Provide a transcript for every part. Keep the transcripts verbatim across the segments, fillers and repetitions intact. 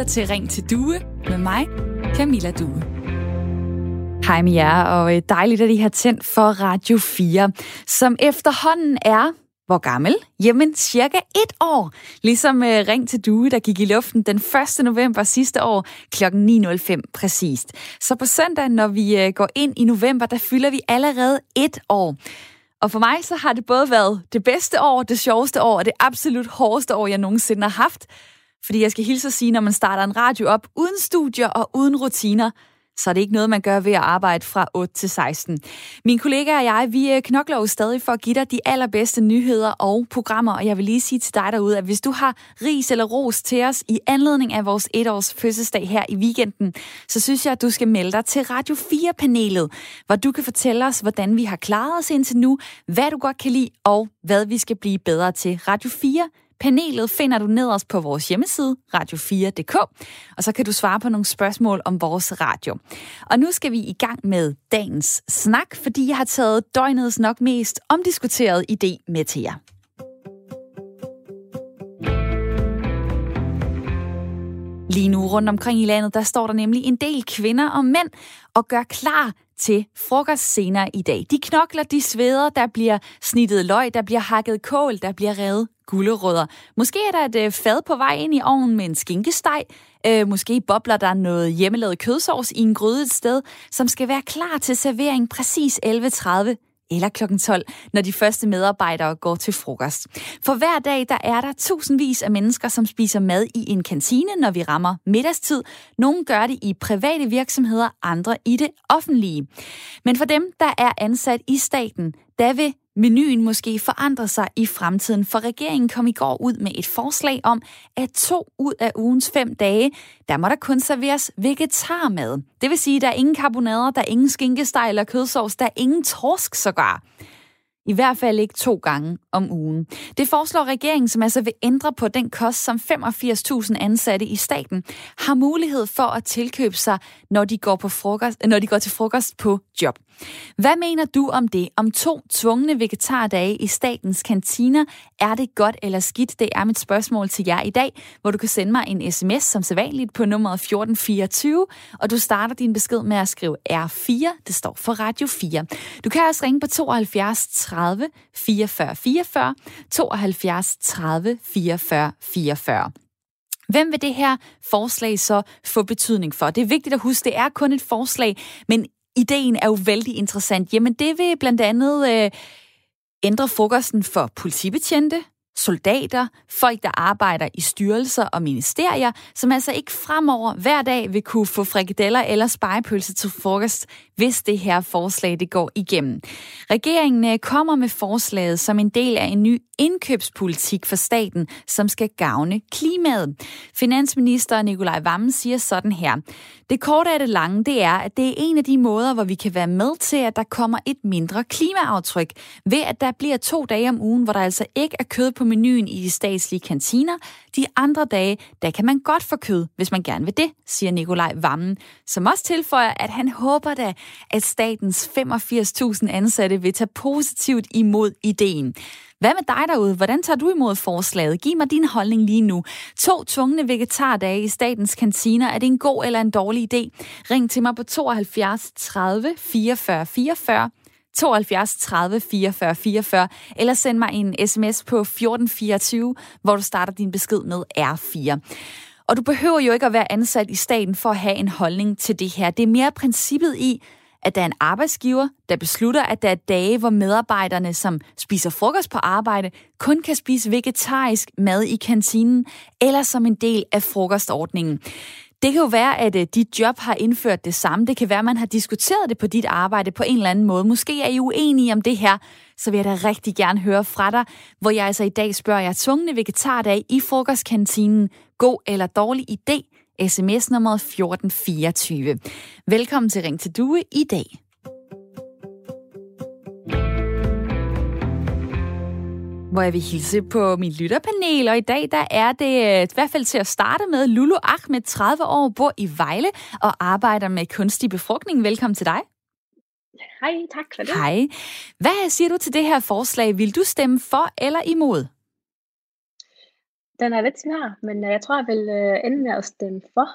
lytter til Ring til Due med mig, Camilla Due. Hej med jer, og dejligt, at I har tændt for Radio fire, som efterhånden er, hvor gammel? Jamen, cirka et år. Ligesom uh, Ring til Due, der gik i luften den første november sidste år, klokken ni nul fem præcist. Så på søndag, når vi uh, går ind i november, der fylder vi allerede et år. Og for mig så har det både været det bedste år, det sjoveste år og det absolut hårdeste år, jeg nogensinde har haft. Fordi jeg skal hilse at sige, når man starter en radio op uden studier og uden rutiner, så er det ikke noget, man gør ved at arbejde fra otte til seksten. Mine kollegaer og jeg, vi knokler jo stadig for at give dig de allerbedste nyheder og programmer, og jeg vil lige sige til dig derude, at hvis du har ris eller ros til os i anledning af vores etårs fødselsdag her i weekenden, så synes jeg, at du skal melde dig til Radio fire-panelet, hvor du kan fortælle os, hvordan vi har klaret os indtil nu, hvad du godt kan lide, og hvad vi skal blive bedre til. Radio fire Panelet finder du nederst på vores hjemmeside, radio fire punktum d k, og så kan du svare på nogle spørgsmål om vores radio. Og nu skal vi i gang med dagens snak, fordi jeg har taget døgnets nok mest omdiskuterede idé med til jer. Lige nu rundt omkring i landet, der står der nemlig en del kvinder og mænd og gør klar til frokost senere i dag. De knokler, de sveder, der bliver snittet løg, der bliver hakket kål, der bliver revet gulerødder. Måske er der et øh, fad på vej ind i ovnen med en skinkesteg. Øh, måske bobler der noget hjemmelavet kødsovs i en gryde et sted, som skal være klar til servering præcis elleve tredive eller klokken tolv, når de første medarbejdere går til frokost. For hver dag, der er der tusindvis af mennesker, som spiser mad i en kantine, når vi rammer middagstid. Nogle gør det i private virksomheder, andre i det offentlige. Men for dem, der er ansat i staten, der vil menuen måske forandre sig i fremtiden, for regeringen kom i går ud med et forslag om, at to ud af ugens fem dage, der må der kun serveres vegetarmad. Det vil sige, at der er ingen karbonader, der er ingen skinkesteg eller kødsovs, der er ingen torsk sågar. I hvert fald ikke to gange om ugen. Det foreslår regeringen, som altså vil ændre på den kost, som femogfirs tusind ansatte i staten har mulighed for at tilkøbe sig, når de går, på frokost, når de går til frokost på job. Hvad mener du om det? Om to tvungne vegetardage i statens kantiner? Er det godt eller skidt? Det er mit spørgsmål til jer i dag, hvor du kan sende mig en sms som sædvanligt på nummeret fjorten fireogtyve, og du starter din besked med at skrive R fire. Det står for Radio fire. Du kan også ringe på tooghalvfjerds tredive fireogfyrre fireogfyrre, tooghalvfjerds tredive fireogfyrre fireogfyrre. Hvem vil det her forslag så få betydning for? Det er vigtigt at huske, det er kun et forslag, men ideen er jo vældig interessant. Jamen det vil blandt andet øh, ændre frokosten for politibetjente, soldater, folk, der arbejder i styrelser og ministerier, som altså ikke fremover hver dag vil kunne få frikadeller eller spegepølse til frokost, hvis det her forslag det går igennem. Regeringen kommer med forslaget som en del af en ny indkøbspolitik for staten, som skal gavne klimaet. Finansminister Nicolai Wammen siger sådan her: det korte af det lange, det er, at det er en af de måder, hvor vi kan være med til, at der kommer et mindre klimaaftryk, ved at der bliver to dage om ugen, hvor der altså ikke er kød på menuen i de statslige kantiner. De andre dage, der kan man godt få kød, hvis man gerne vil det, siger Nicolai Wammen, som også tilføjer, at han håber da, at statens femogfirs tusind ansatte vil tage positivt imod ideen. Hvad med dig derude? Hvordan tager du imod forslaget? Giv mig din holdning lige nu. To tvungne vegetardage i statens kantiner. Er det en god eller en dårlig idé? Ring til mig på tooghalvfjerds tredive fireogfyrre fireogfyrre, tooghalvfjerds tredive fireogfyrre fireogfyrre, eller send mig en sms på fjorten fireogtyve, hvor du starter din besked med R fire. Og du behøver jo ikke at være ansat i staten for at have en holdning til det her. Det er mere princippet i, at der er en arbejdsgiver, der beslutter, at der er dage, hvor medarbejderne, som spiser frokost på arbejde, kun kan spise vegetarisk mad i kantinen eller som en del af frokostordningen. Det kan jo være, at dit job har indført det samme. Det kan være, at man har diskuteret det på dit arbejde på en eller anden måde. Måske er I uenige om det her, så vil jeg da rigtig gerne høre fra dig, hvor jeg altså i dag spørger jer: tvungne vegetardag i frokostkantinen, god eller dårlig idé? S M S nummeret fjorten fireogtyve. Velkommen til Ring til Due i dag. Hvor jeg vil hilse på min lytterpanel, og i dag der er det i hvert fald til at starte med Lulu Ahmed, tredive år, bor i Vejle og arbejder med kunstig befrugtning. Velkommen til dig. Hej, tak for det. Hej. Hvad siger du til det her forslag? Vil du stemme for eller imod? Den er lidt svær, men øh, jeg tror, jeg vil øh, ende med at stemme for.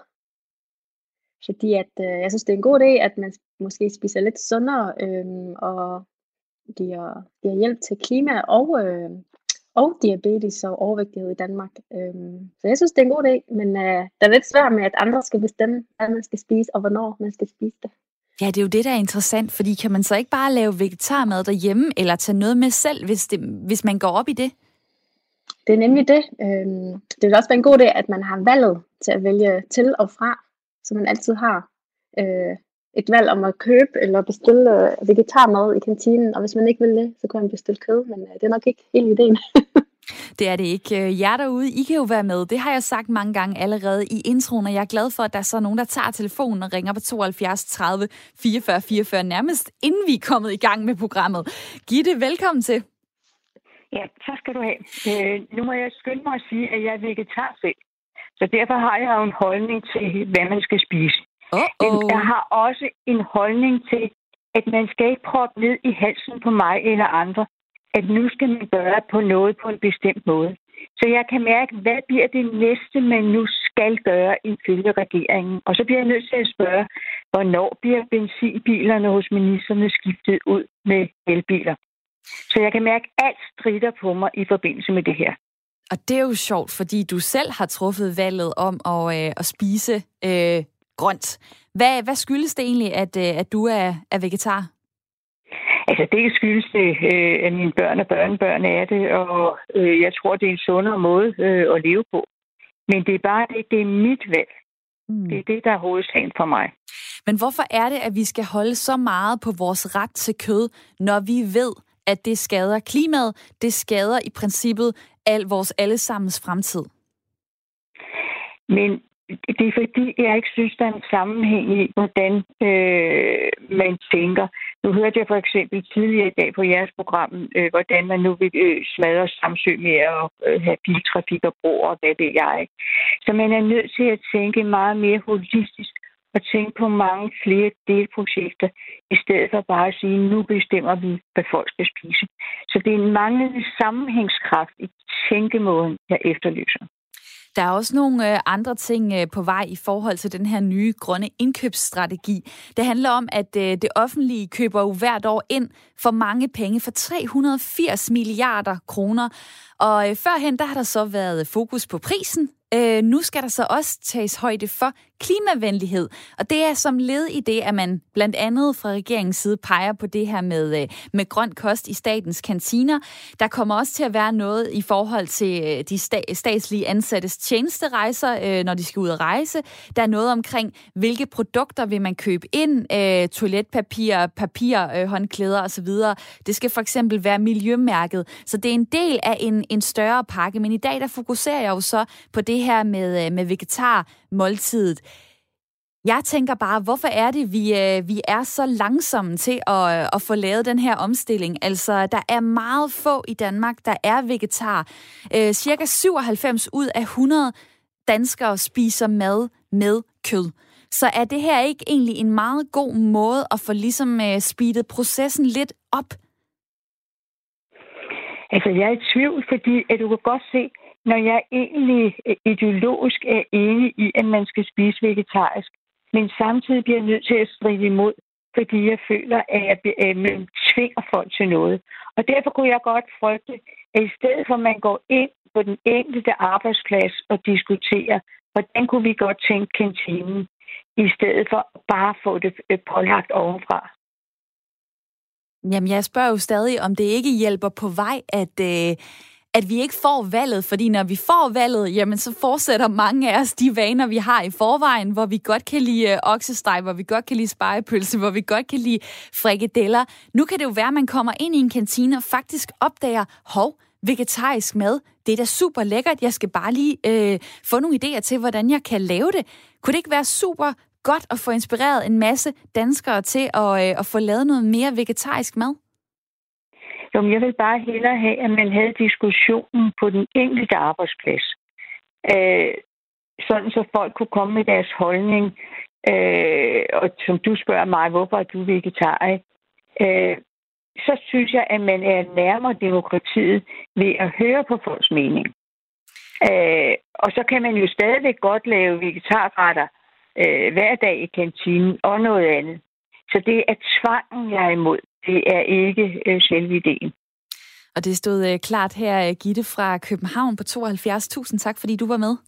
Fordi at, øh, jeg synes, det er en god idé, at man måske spiser lidt sundere øh, og giver, giver hjælp til klima og, øh, og diabetes og overvægtighed i Danmark. Øh, så jeg synes, det er en god idé, men øh, det er lidt svært med, at andre skal bestemme, hvad man skal spise og hvornår man skal spise det. Ja, det er jo det, der er interessant, fordi kan man så ikke bare lave vegetarmad derhjemme, eller tage noget med selv, hvis, det, hvis man går op i det? Det er nemlig det. Øhm, det vil også være en god idé, at man har valget til at vælge til og fra, så man altid har øh, et valg om at købe eller bestille øh, vegetarmad i kantinen, og hvis man ikke vil det, så kan man bestille kød, men øh, det er nok ikke hele ideen. Det er det ikke. Jer derude, I kan jo være med. Det har jeg sagt mange gange allerede i introen, og jeg er glad for, at der er så nogen, der tager telefonen og ringer på tooghalvfjerds tredive fireogfyrre fireogfyrre, nærmest inden vi er kommet i gang med programmet. Gitte, velkommen til. Ja, så skal du have. Øh, nu må jeg skynde mig at sige, at jeg er vegetar selv. Så derfor har jeg jo en holdning til, hvad man skal spise. Uh-oh. Jeg har også en holdning til, at man skal ikke proppe ned i halsen på mig eller andre, at nu skal man gøre på noget på en bestemt måde. Så jeg kan mærke, hvad bliver det næste, man nu skal gøre ifølge regeringen. Og så bliver jeg nødt til at spørge, hvornår bliver benzinbilerne hos ministerne skiftet ud med elbiler? Så jeg kan mærke, at alt stritter på mig i forbindelse med det her. Og det er jo sjovt, fordi du selv har truffet valget om at, øh, at spise øh, grønt. Hvad, hvad skyldes det egentlig, at, øh, at du er, er vegetar? Altså, det skyldes det, øh, at mine børn og børnebørn er det, og øh, jeg tror, det er en sundere måde øh, at leve på. Men det er bare det, det er mit valg. Mm. Det er det, der er hovedsagen for mig. Men hvorfor er det, at vi skal holde så meget på vores ret til kød, når vi ved, at det skader klimaet, det skader i princippet al vores allesammens fremtid? Men det er fordi, jeg ikke synes, der er en sammenhæng i, hvordan øh, man tænker. Nu hørte jeg for eksempel tidligere i dag på jeres program, øh, hvordan man nu vil øh, smadre Samsø med at øh, have biltrafik og broer og hvad det er jeg. Så man er nødt til at tænke meget mere holistisk og tænke på mange flere delprojekter, i stedet for bare at sige, nu bestemmer vi, hvad folk skal spise. Så det er en manglende sammenhængskraft i tænkemåden, jeg efterlyser. Der er også nogle øh, andre ting øh, på vej i forhold til den her nye grønne indkøbsstrategi. Det handler om, at øh, det offentlige køber jo hvert år ind for mange penge, for tre hundrede og firs milliarder kroner. Og øh, førhen, der har der så været fokus på prisen. Øh, nu skal der så også tages højde for klimavenlighed. Og det er som led i det, at man blandt andet fra regeringens side peger på det her med, øh, med grøn kost i statens kantiner. Der kommer også til at være noget i forhold til øh, de sta- statslige ansattes tjenesterejser, øh, når de skal ud at rejse. Der er noget omkring, hvilke produkter vil man købe ind, øh, toiletpapir, papir, øh, håndklæder osv. Det skal for eksempel være miljømærket. Så det er en del af en, en større pakke. Men i dag, der fokuserer jeg jo så på det her med, med vegetarmåltidet. Jeg tænker bare, hvorfor er det, vi, vi er så langsomme til at, at få lavet den her omstilling? Altså, der er meget få i Danmark, der er vegetar. Øh, cirka syvoghalvfems ud af hundrede danskere spiser mad med kød. Så er det her ikke egentlig en meget god måde at få ligesom uh, speedet processen lidt op? Altså, jeg er i tvivl, fordi at du kan godt se, når jeg egentlig ideologisk er enig i, at man skal spise vegetarisk, men samtidig bliver jeg nødt til at stride imod, fordi jeg føler, at jeg tvinger folk til noget. Og derfor kunne jeg godt frygte, at i stedet for, at man går ind på den enkelte arbejdsplads og diskuterer, hvordan kunne vi godt tænke kantinen, i stedet for bare at få det pålagt ovenfra. Jamen, jeg spørger jo stadig, om det ikke hjælper på vej, at... Øh at vi ikke får valget, fordi når vi får valget, jamen så fortsætter mange af os de vaner, vi har i forvejen, hvor vi godt kan lide øh, oksesteg, hvor vi godt kan lide spegepølse, hvor vi godt kan lide frikadeller. Nu kan det jo være, at man kommer ind i en kantine og faktisk opdager, hov, vegetarisk mad, det er da super lækkert, jeg skal bare lige øh, få nogle idéer til, hvordan jeg kan lave det. Kunne det ikke være super godt at få inspireret en masse danskere til at, øh, at få lavet noget mere vegetarisk mad? Jo, jeg vil bare hellere have, at man havde diskussionen på den enkelte arbejdsplads. Øh, sådan så folk kunne komme med deres holdning. Øh, og som du spørger mig, hvorfor er du vegetar? Øh, så synes jeg, at man er nærmere demokratiet ved at høre på folks mening. Øh, og så kan man jo stadigvæk godt lave vegetarretter øh, hver dag i kantinen og noget andet. Så det er tvangen, jeg er imod. Det er ikke øh, selve ideen. Og det stod øh, klart her, Gitte fra København på tooghalvfjerds. Tusind tak, fordi du var med.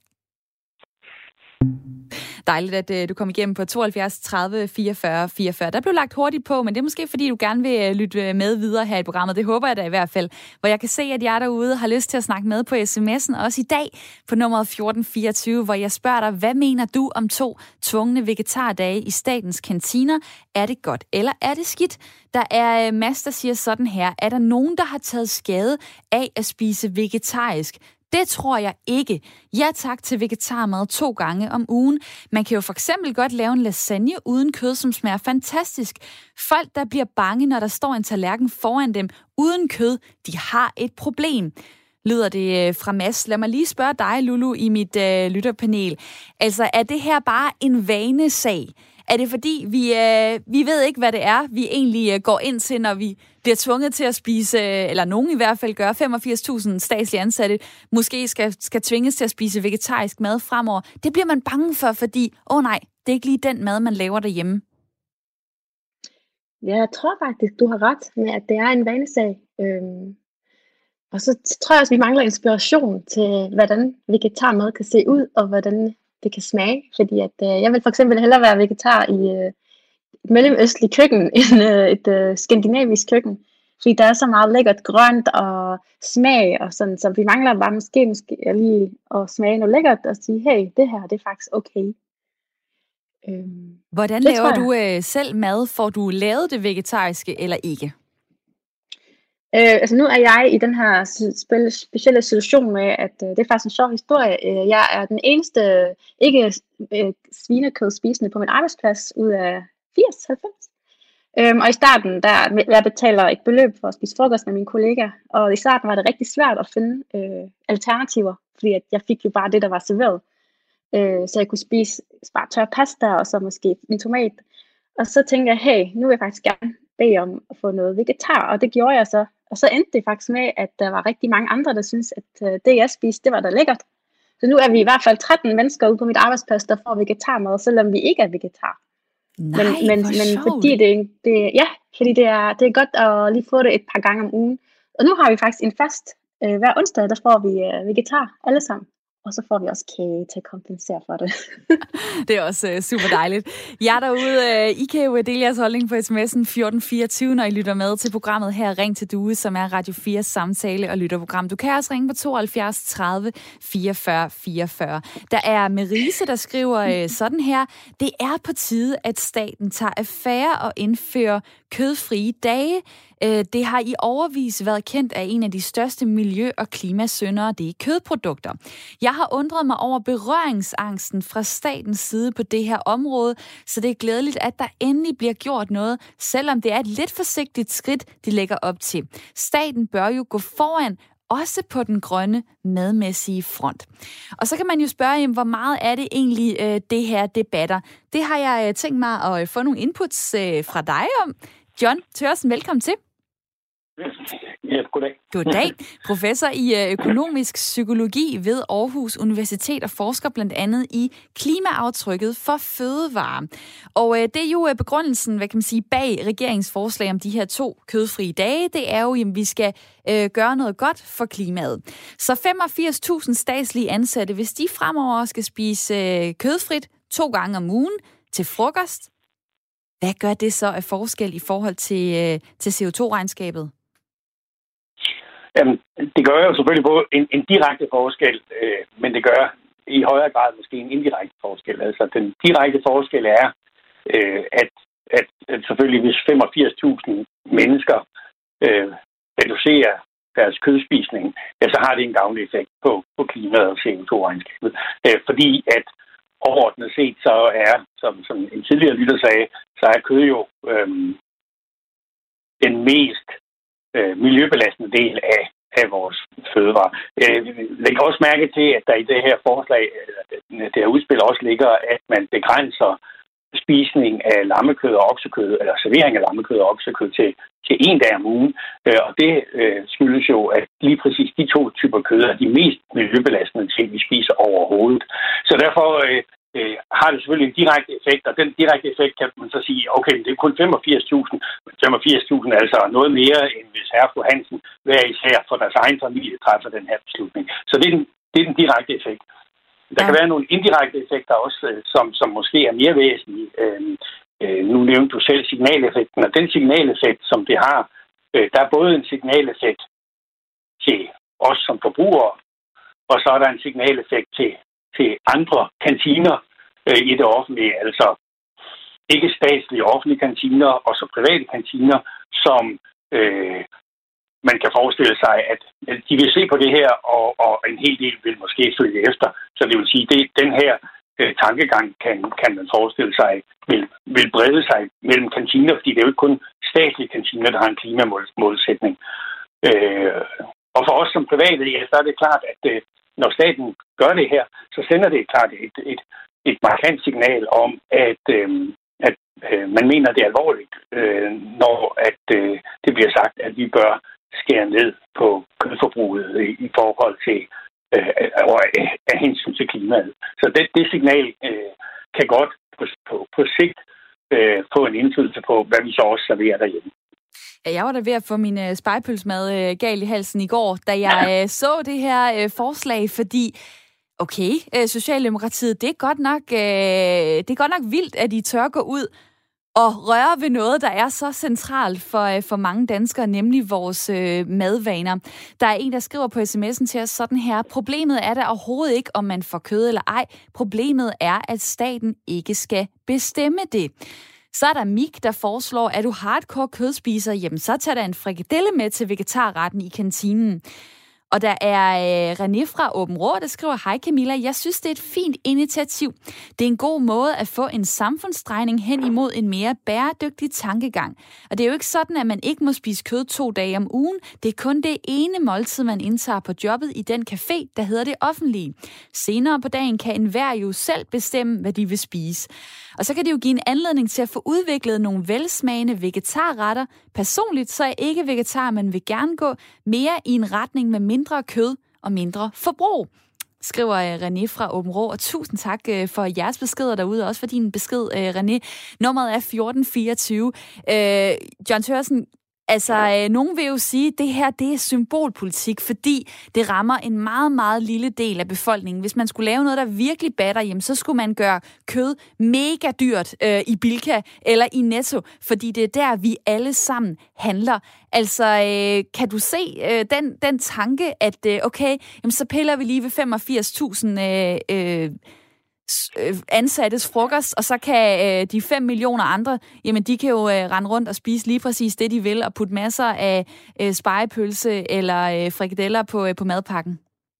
Dejligt, at øh, du kom igennem på tooghalvfjerds tredive fireogfyrre fireogfyrre. Der blev lagt hurtigt på, men det er måske, fordi du gerne vil øh, lytte med videre her i programmet. Det håber jeg da i hvert fald. Hvor jeg kan se, at jer derude har lyst til at snakke med på sms'en, også i dag på nummeret fjorten fireogtyve, hvor jeg spørger dig, hvad mener du om to tvungne vegetardage i statens kantiner? Er det godt, eller er det skidt? Der er øh, Mads, der siger sådan her. Er der nogen, der har taget skade af at spise vegetarisk? Det tror jeg ikke. Ja tak til vegetarmad to gange om ugen. Man kan jo for eksempel godt lave en lasagne uden kød, som smager fantastisk. Folk, der bliver bange, når der står en tallerken foran dem uden kød, de har et problem. Lyder det fra Mads. Lad mig lige spørge dig, Lulu, i mit øh, lytterpanel. Altså, er det her bare en vanesag? Er det fordi, vi, øh, vi ved ikke, hvad det er, vi egentlig øh, går ind til, når vi bliver tvunget til at spise, øh, eller nogen i hvert fald gør, femogfirs tusind statslige ansatte, måske skal, skal tvinges til at spise vegetarisk mad fremover. Det bliver man bange for, fordi, åh oh nej, det er ikke lige den mad, man laver derhjemme. Ja, jeg tror faktisk, du har ret med, at det er en vanesag. Øhm, og så tror jeg også, vi mangler inspiration til, hvordan vegetarmad kan se ud, og hvordan det kan smage, fordi at, øh, jeg vil for eksempel hellere være vegetar i øh, et mellemøstligt køkken, end øh, et øh, skandinavisk køkken, fordi der er så meget lækkert grønt og smag, og sådan, så vi mangler bare måske, måske lige at smage noget lækkert, og sige, hey, det her, det er faktisk okay. Øhm, Hvordan laver du øh, selv mad? Får du lavet det vegetariske, eller ikke? Øh, altså nu er jeg i den her specielle situation med, at øh, det er faktisk en sjov historie. Øh, jeg er den eneste ikke øh, svinekød spisende på min arbejdsplads ud af firs til halvfems. Øhm, og i starten, der jeg betaler et beløb for at spise frokost med mine kollegaer, og i starten var det rigtig svært at finde øh, alternativer, fordi at jeg fik jo bare det, der var serveret. Øh, så jeg kunne spise bare tør pasta, og så måske en tomat. Og så tænkte jeg, hey, nu vil jeg faktisk gerne bede om at få noget vegetar, og det gjorde jeg så. Og så endte det faktisk med, at der var rigtig mange andre, der syntes, at øh, det jeg spiste, det var da lækkert. Så nu er vi i hvert fald tretten mennesker ude på mit arbejdsplads, der får vegetarmad, selvom vi ikke er vegetar. Nej, men, men, men fordi det, det, ja, fordi det er, det er godt at lige få det et par gange om ugen. Og nu har vi faktisk en fast, øh, hver onsdag, der får vi øh, vegetar alle sammen. Og så får vi også kage til at kompensere for det. Det er også uh, super dejligt. Jeg derude, uh, I kan jo dele jeres holdning på sms'en fjorten fireogtyve, når I lytter med til programmet her Ring til Due, som er Radio fires samtale- og lytterprogram. Du kan også ringe på tooghalvfjerds tredive fireogfyrre fireogfyrre. Der er Merise, der skriver uh, sådan her. Det er på tide, at staten tager affære og indfører kødfrie dage. Det har i overvis været kendt af en af de største miljø- og klimasyndere, det er kødprodukter. Jeg har undret mig over berøringsangsten fra statens side på det her område, så det er glædeligt, at der endelig bliver gjort noget, selvom det er et lidt forsigtigt skridt, de lægger op til. Staten bør jo gå foran, også på den grønne madmæssige front. Og så kan man jo spørge, jamen, hvor meget er det egentlig, øh, det her debatter? Det har jeg øh, tænkt mig at få nogle inputs øh, fra dig om. John Tørsen, velkommen til. Ja, goddag. Goddag. Professor i økonomisk psykologi ved Aarhus Universitet og forsker blandt andet i klimaaftrykket for fødevarer. Og det er jo begrundelsen, hvad kan man sige, bag regeringsforslag om de her to kødfrie dage. Det er jo, at vi skal øh, gøre noget godt for klimaet. Så femogfirs tusind statslige ansatte, hvis de fremover skal spise øh, kødfrit to gange om ugen til frokost, hvad gør det så af forskel i forhold til, øh, til C O to regnskabet? Jamen, det gør jo selvfølgelig både en, en direkte forskel, øh, men det gør i højere grad måske en indirekte forskel. Altså den direkte forskel er, øh, at, at, at selvfølgelig hvis femogfirs tusind mennesker øh, reducerer deres kødspisning, ja, så har det en gavnlig effekt på, på klimaet og C O to regnskabet. Øh, fordi at overordnet set så er, som, som en tidligere lytter sagde, så er kød jo øh, den mest øh, miljøbelastende del af, af vores fødevarer. Øh, læg også mærke til, at der i det her forslag, det her udspil også ligger, at man begrænser spisning af lammekød og oksekød, eller servering af lammekød og oksekød til til en dag om ugen. Øh, og det øh, skyldes jo, at lige præcis de to typer kød er de mest miljøbelastende ting, vi spiser overhovedet. Så derfor øh, øh, har det selvfølgelig en direkte effekt, og den direkte effekt kan man så sige, okay, det er kun femogfirs tusind. femogfirs tusind er altså noget mere, end hvis herre og fru Hansen hver især for deres egen familie træffer den her beslutning. Så det er den, det er den direkte effekt. Der kan være nogle indirekte effekter også, som, som måske er mere væsentlige. Øh, øh, nu nævnte du selv signaleffekten, og den signaleffekt, som det har, øh, der er både en signaleffekt til os som forbrugere, og så er der en signaleffekt til, til andre kantiner øh, i det offentlige, altså ikke statslige offentlige kantiner, og så private kantiner, som øh, man kan forestille sig, at de vil se på det her, og, og en hel del vil måske følge efter. Så det vil sige, at den her øh, tankegang kan, kan man forestille sig vil, vil brede sig mellem kantiner, fordi det er jo ikke kun statslige kantiner, der har en klimamålsætning. Øh, og for os som private, ja, så er det klart, at øh, når staten gør det her, så sender det klart et, et, et markant signal om, at, øh, at øh, man mener, det er alvorligt, øh, når at, øh, det bliver sagt, at vi bør skære ned på kødforbruget i, i forhold til øh, og af, af hensyn til klimaet. Så det, det signal øh, kan godt på, på, på sigt øh, få en indflydelse på, hvad vi så også serverer derhjemme. Ja, jeg var da ved at få min øh, spegepølsmad øh, galt i halsen i går, da jeg øh, så det her øh, forslag, fordi okay, øh, Socialdemokratiet, det er godt nok øh, det er godt nok vildt, at I tør gå ud og røre ved noget, der er så centralt for, for mange danskere, nemlig vores øh, madvaner. Der er en, der skriver på sms'en til os sådan her: problemet er der overhovedet ikke, om man får kød eller ej. Problemet er, at staten ikke skal bestemme det. Så er der Mik, der foreslår, at du hardcore kødspiser, jamen så tager der en frikadelle med til vegetarretten i kantinen. Og der er øh, René fra Åben Rå, der skriver: hej Camilla, jeg synes, det er et fint initiativ. Det er en god måde at få en samfundsdrejning hen imod en mere bæredygtig tankegang. Og det er jo ikke sådan, at man ikke må spise kød to dage om ugen. Det er kun det ene måltid, man indtager på jobbet i den café, der hedder det offentlige. Senere på dagen kan enhver jo selv bestemme, hvad de vil spise. Og så kan det jo give en anledning til at få udviklet nogle velsmagende vegetarretter. Personligt så er jeg ikke vegetar, men vil gerne gå mere i en retning med mindre kød og mindre forbrug, skriver René fra Åben Rå. Og tusind tak for jeres beskeder derude, og også for din besked, René. Nummeret er fjorten fireogtyve. Øh, John Thørsen, altså, øh, nogen vil jo sige, at det her det er symbolpolitik, fordi det rammer en meget, meget lille del af befolkningen. Hvis man skulle lave noget, der virkelig batter, jamen, så skulle man gøre kød mega dyrt øh, i Bilka eller i Netto, fordi det er der, vi alle sammen handler. Altså, øh, kan du se øh, den, den tanke, at øh, okay, jamen, så piller vi lige ved femogfirs tusind øh, øh, ansattes frokost, og så kan øh, de fem millioner andre, jamen de kan jo øh, rende rundt og spise lige præcis det, de vil, og putte masser af øh, spegepølse eller øh, frikadeller på, øh, på madpakken?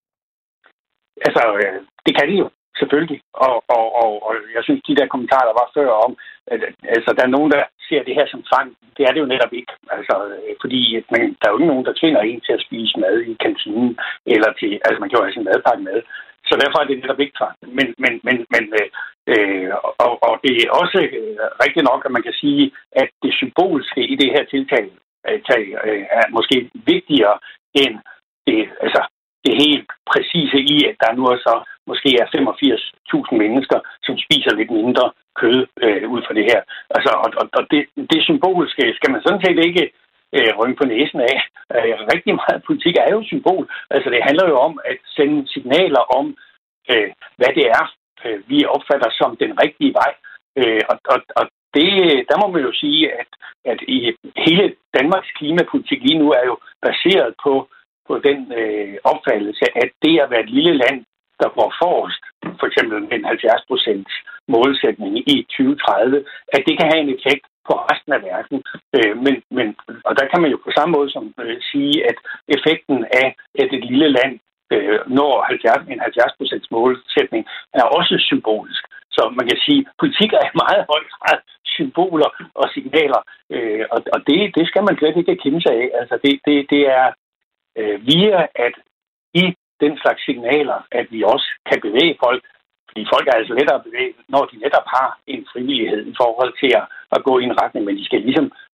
Altså, øh, det kan de jo, selvfølgelig. Og, og, og, og jeg synes, de der kommentarer, der var før om, at altså, der er nogen, der ser det her som tvang. Det er det jo netop ikke. Altså, øh, fordi man, der er jo ikke nogen, der tvinger en til at spise mad i kantinen, eller til, altså man kan jo have sin madpakke med. Så derfor er det netop ikke tvang. Men, men, men, men øh, og, og det er også øh, rigtigt nok, at man kan sige, at det symbolske i det her tiltag øh, er måske vigtigere end det, altså, det helt præcise i, at der nu også måske er femogfirs tusind mennesker, som spiser lidt mindre kød øh, ud fra det her. Altså, og og det, det symbolske skal man sådan set ikke øh, rynge på næsen af. Øh, rigtig meget politik er jo symbol. Altså, det handler jo om at sende signaler om, øh, hvad det er, øh, vi opfatter som den rigtige vej. Øh, og og, og det, der må man jo sige, at, at i hele Danmarks klimapolitik lige nu er jo baseret på på den øh, opfattelse, at det at være et lille land, der går forrest, for eksempel med en halvfjerds procents målsætning i tyve tredive, at det kan have en effekt på resten af verden. Øh, men, men, og der kan man jo på samme måde som øh, sige, at effekten af, at et lille land øh, når halvfjerds, en halvfjerds procents målsætning, er også symbolisk. Så man kan sige, at politik er i meget høj grad symboler og signaler, øh, og, og det, det skal man slet ikke kende sig af. Altså det, det, det er øh, via at i den slags signaler, at vi også kan bevæge folk, fordi folk er altså lettere at bevæge, når de netop har en frivillighed i forhold til at, at gå i en retning, men de skal ligesom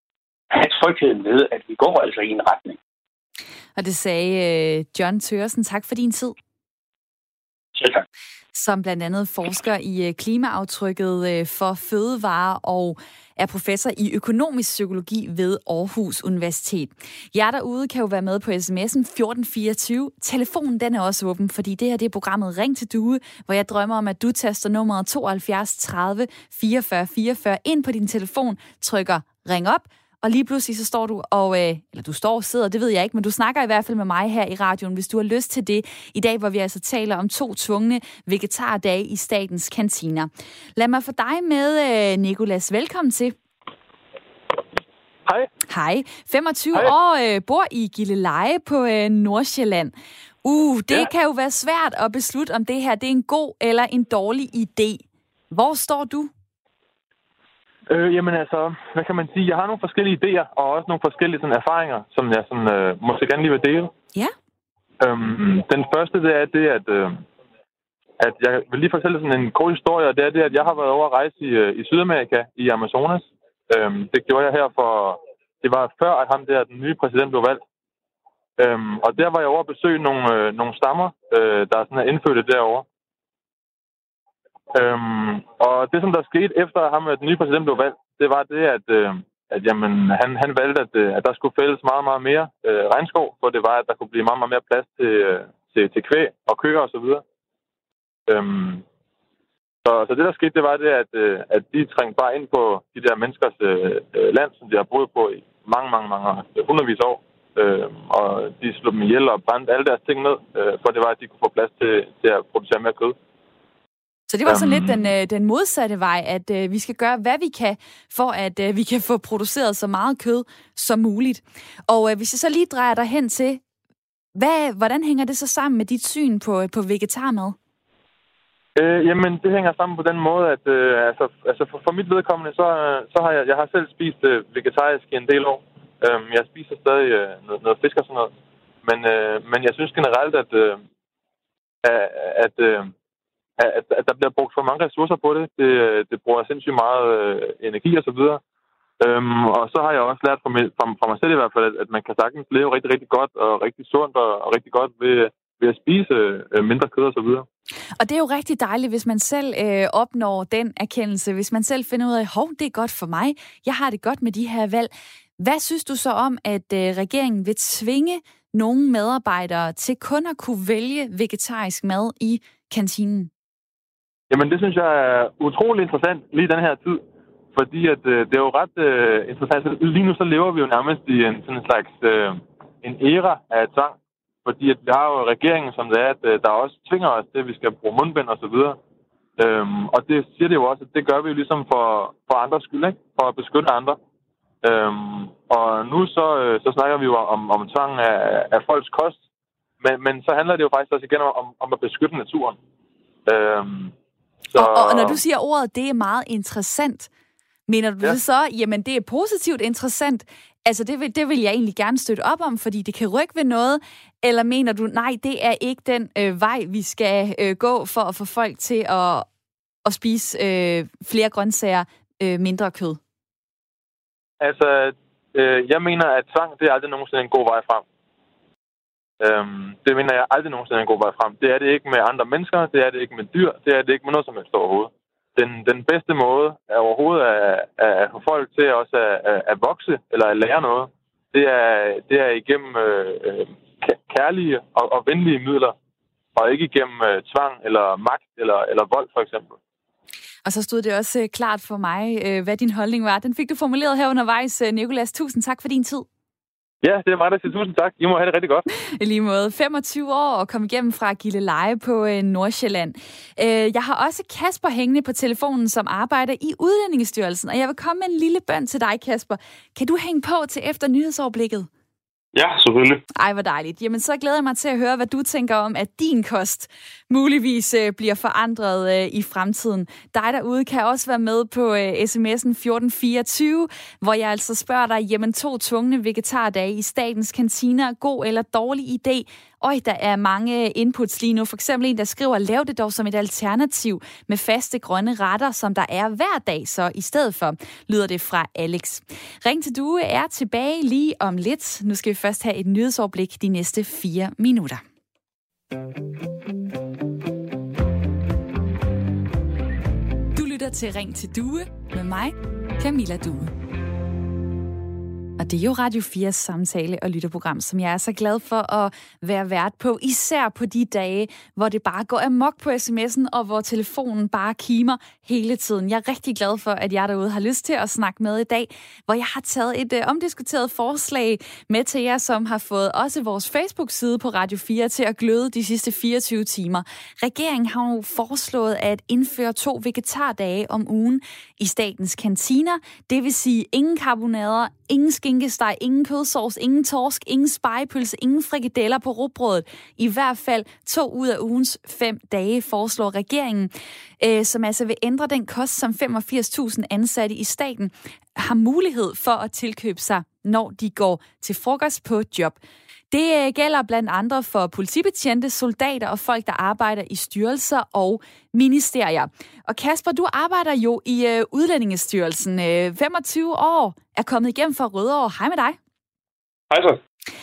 have trygheden ved, at vi går altså i en retning. Og det sagde øh, John Thøgersen. Tak for din tid. Selv tak. Som blandt andet forsker i klimaaftrykket for fødevarer og er professor i økonomisk psykologi ved Aarhus Universitet. Jer derude kan jo være med på sms'en fjorten fireogtyve. Telefonen den er også åben, fordi det her det er programmet Ring til Due, hvor jeg drømmer om, at du taster nummeret tooghalvfjerds tredive fireogfyrre fireogfyrre ind på din telefon, trykker ring op, og lige pludselig så står du og, øh, eller du står og sidder, det ved jeg ikke, men du snakker i hvert fald med mig her i radioen, hvis du har lyst til det. I dag, hvor vi altså taler om to tvungne vegetardage i statens kantiner. Lad mig få dig med, øh, Nicolas. Velkommen til. Hej. Hej. femogtyve Hej. år, øh, bor i Gilleleje på øh, Nordsjælland. Uh, det ja. kan jo være svært at beslutte, om det her det er en god eller en dårlig idé. Hvor står du? Øh, jamen altså, hvad kan man sige? Jeg har nogle forskellige idéer, og også nogle forskellige sådan, erfaringer, som jeg sådan, øh, måske gerne lige vil dele. Ja. Øhm, den første, det er det, at, øh, at jeg vil lige fortælle sådan en kort historie, og det er det, at jeg har været over at rejse i, øh, i Sydamerika, i Amazonas. Øhm, det gjorde jeg her for, det var før, at ham der, den nye præsident, blev valgt. Øhm, og der var jeg over at besøge nogle, øh, nogle stammer, øh, der er sådan er indfødte derovre. Øhm, og det, som der skete efter, at ham, den nye præsident blev valgt, det var det, at, øh, at jamen, han, han valgte, at, at der skulle fældes meget, meget mere øh, regnskov, for det var, at der kunne blive meget, meget mere plads til, øh, til, til kvæg og køer og så videre. Øhm, så, så det, der skete, det var det, at, øh, at de trængte bare ind på de der menneskers øh, land, som de har boet på i mange, mange, mange hundredvis år. Øh, og de slog dem ihjel og brændte alle deres ting ned, øh, for det var, at de kunne få plads til, til at producere mere kød. Så det var sådan lidt den, den modsatte vej, at øh, vi skal gøre, hvad vi kan, for at øh, vi kan få produceret så meget kød som muligt. Og øh, hvis jeg så lige drejer dig hen til, hvad, hvordan hænger det så sammen med dit syn på, på vegetarmad? Øh, jamen, det hænger sammen på den måde, at øh, altså, altså for, for mit vedkommende, så, så har jeg, jeg har selv spist øh, vegetarisk i en del år. Øh, jeg spiser stadig øh, noget, noget fisk og sådan noget. Men, øh, men jeg synes generelt, at, øh, at øh, At, at der bliver brugt for mange ressourcer på det. Det, det bruger sindssygt meget øh, energi og så videre. Øhm, og så har jeg også lært fra mig, fra, fra mig selv i hvert fald, at, at man kan sagtens leve rigtig, rigtig godt og rigtig sundt og, og rigtig godt ved, ved at spise øh, mindre kød og så videre. Og det er jo rigtig dejligt, hvis man selv øh, opnår den erkendelse. Hvis man selv finder ud af, hov, det er godt for mig. Jeg har det godt med de her valg. Hvad synes du så om, at øh, regeringen vil tvinge nogle medarbejdere til kun at kunne vælge vegetarisk mad i kantinen? Jamen, det synes jeg er utrolig interessant lige den her tid, fordi at, øh, det er jo ret øh, interessant. Lige nu så lever vi jo nærmest i en sådan en slags øh, en æra af tvang, fordi at vi har jo regeringen, som det er, at øh, der også tvinger os til, at vi skal bruge mundbind og så videre. Øhm, og det siger det jo også, at det gør vi jo ligesom for, for andres skyld, ikke? For at beskytte andre. Øhm, og nu så, øh, så snakker vi jo om, om tvang af, af folks kost, men, men så handler det jo faktisk også igen om, om at beskytte naturen. Øhm, Så... Og, og når du siger ordet, det er meget interessant, mener du ja. det så, jamen det er positivt interessant, altså det vil, det vil jeg egentlig gerne støtte op om, fordi det kan rykke ved noget, eller mener du, nej, det er ikke den øh, vej, vi skal øh, gå for at få folk til at, at spise øh, flere grøntsager, øh, mindre kød? Altså, øh, jeg mener, at tvang, det er aldrig nogensinde en god vej frem. Øhm, det mener jeg aldrig nogensinde er en god vej frem. Det er det ikke med andre mennesker, det er det ikke med dyr, det er det ikke med noget som helst overhovedet. Den, den bedste måde er overhovedet at, at få folk til også at, at, at vokse eller at lære noget, det er, det er igennem øh, kærlige og, og venlige midler, og ikke igennem øh, tvang eller magt eller, eller vold for eksempel. Og så stod det også øh, klart for mig, øh, hvad din holdning var. Den fik du formuleret her undervejs, øh, Nicolas. Tusind tak for din tid. Ja, det er mig, der siger tusind tak. I må have det rigtig godt. I lige måde. femogtyve år og kom igennem fra Gilleleje på øh, Nordsjælland. Øh, jeg har også Kasper hængende på telefonen, som arbejder i Udlændingestyrelsen. Og jeg vil komme med en lille bøn til dig, Kasper. Kan du hænge på til efter nyhedsoverblikket? Ja, selvfølgelig. Ej, hvor dejligt. Jamen, så glæder jeg mig til at høre, hvad du tænker om, at din kost muligvis øh, bliver forandret øh, i fremtiden. Dig derude kan også være med på øh, sms'en fjorten fireogtyve, hvor jeg altså spørger dig, jamen to tvungne vegetardage i statens kantiner, god eller dårlig idé? Øj, der er mange inputs lige nu. For eksempel en, der skriver, lav det dog som et alternativ med faste grønne retter, som der er hver dag, så i stedet for, lyder det fra Alex. Ring til Due er tilbage lige om lidt. Nu skal vi først have et nyhedsoverblik de næste fire minutter. Du lytter til Ring til Due med mig, Camilla Due. Og det er jo Radio fires samtale- og lytterprogram, som jeg er så glad for at være vært på, især på de dage, hvor det bare går amok på sms'en, og hvor telefonen bare kimer hele tiden. Jeg er rigtig glad for, at jeg derude har lyst til at snakke med i dag, hvor jeg har taget et øh, omdiskuteret forslag med til jer, som har fået også vores Facebook-side på Radio fire til at gløde de sidste fireogtyve timer. Regeringen har jo foreslået at indføre to vegetardage om ugen i statens kantiner. Det vil sige ingen karbonader, ingen skinkesteg, ingen kødsovs, ingen torsk, ingen spegepølse, ingen frikadeller på rugbrødet. I hvert fald to ud af ugens fem dage, foreslår regeringen, øh, som altså vil ændre den kost, som femogfirs tusind ansatte i staten har mulighed for at tilkøbe sig, når de går til frokost på job. Det gælder blandt andre for politibetjente, soldater og folk, der arbejder i styrelser og ministerier. Og Kasper, du arbejder jo i øh, Udlændingestyrelsen. Øh, femogtyve år er kommet igennem fra Rødovre. Hej med dig. Hej så.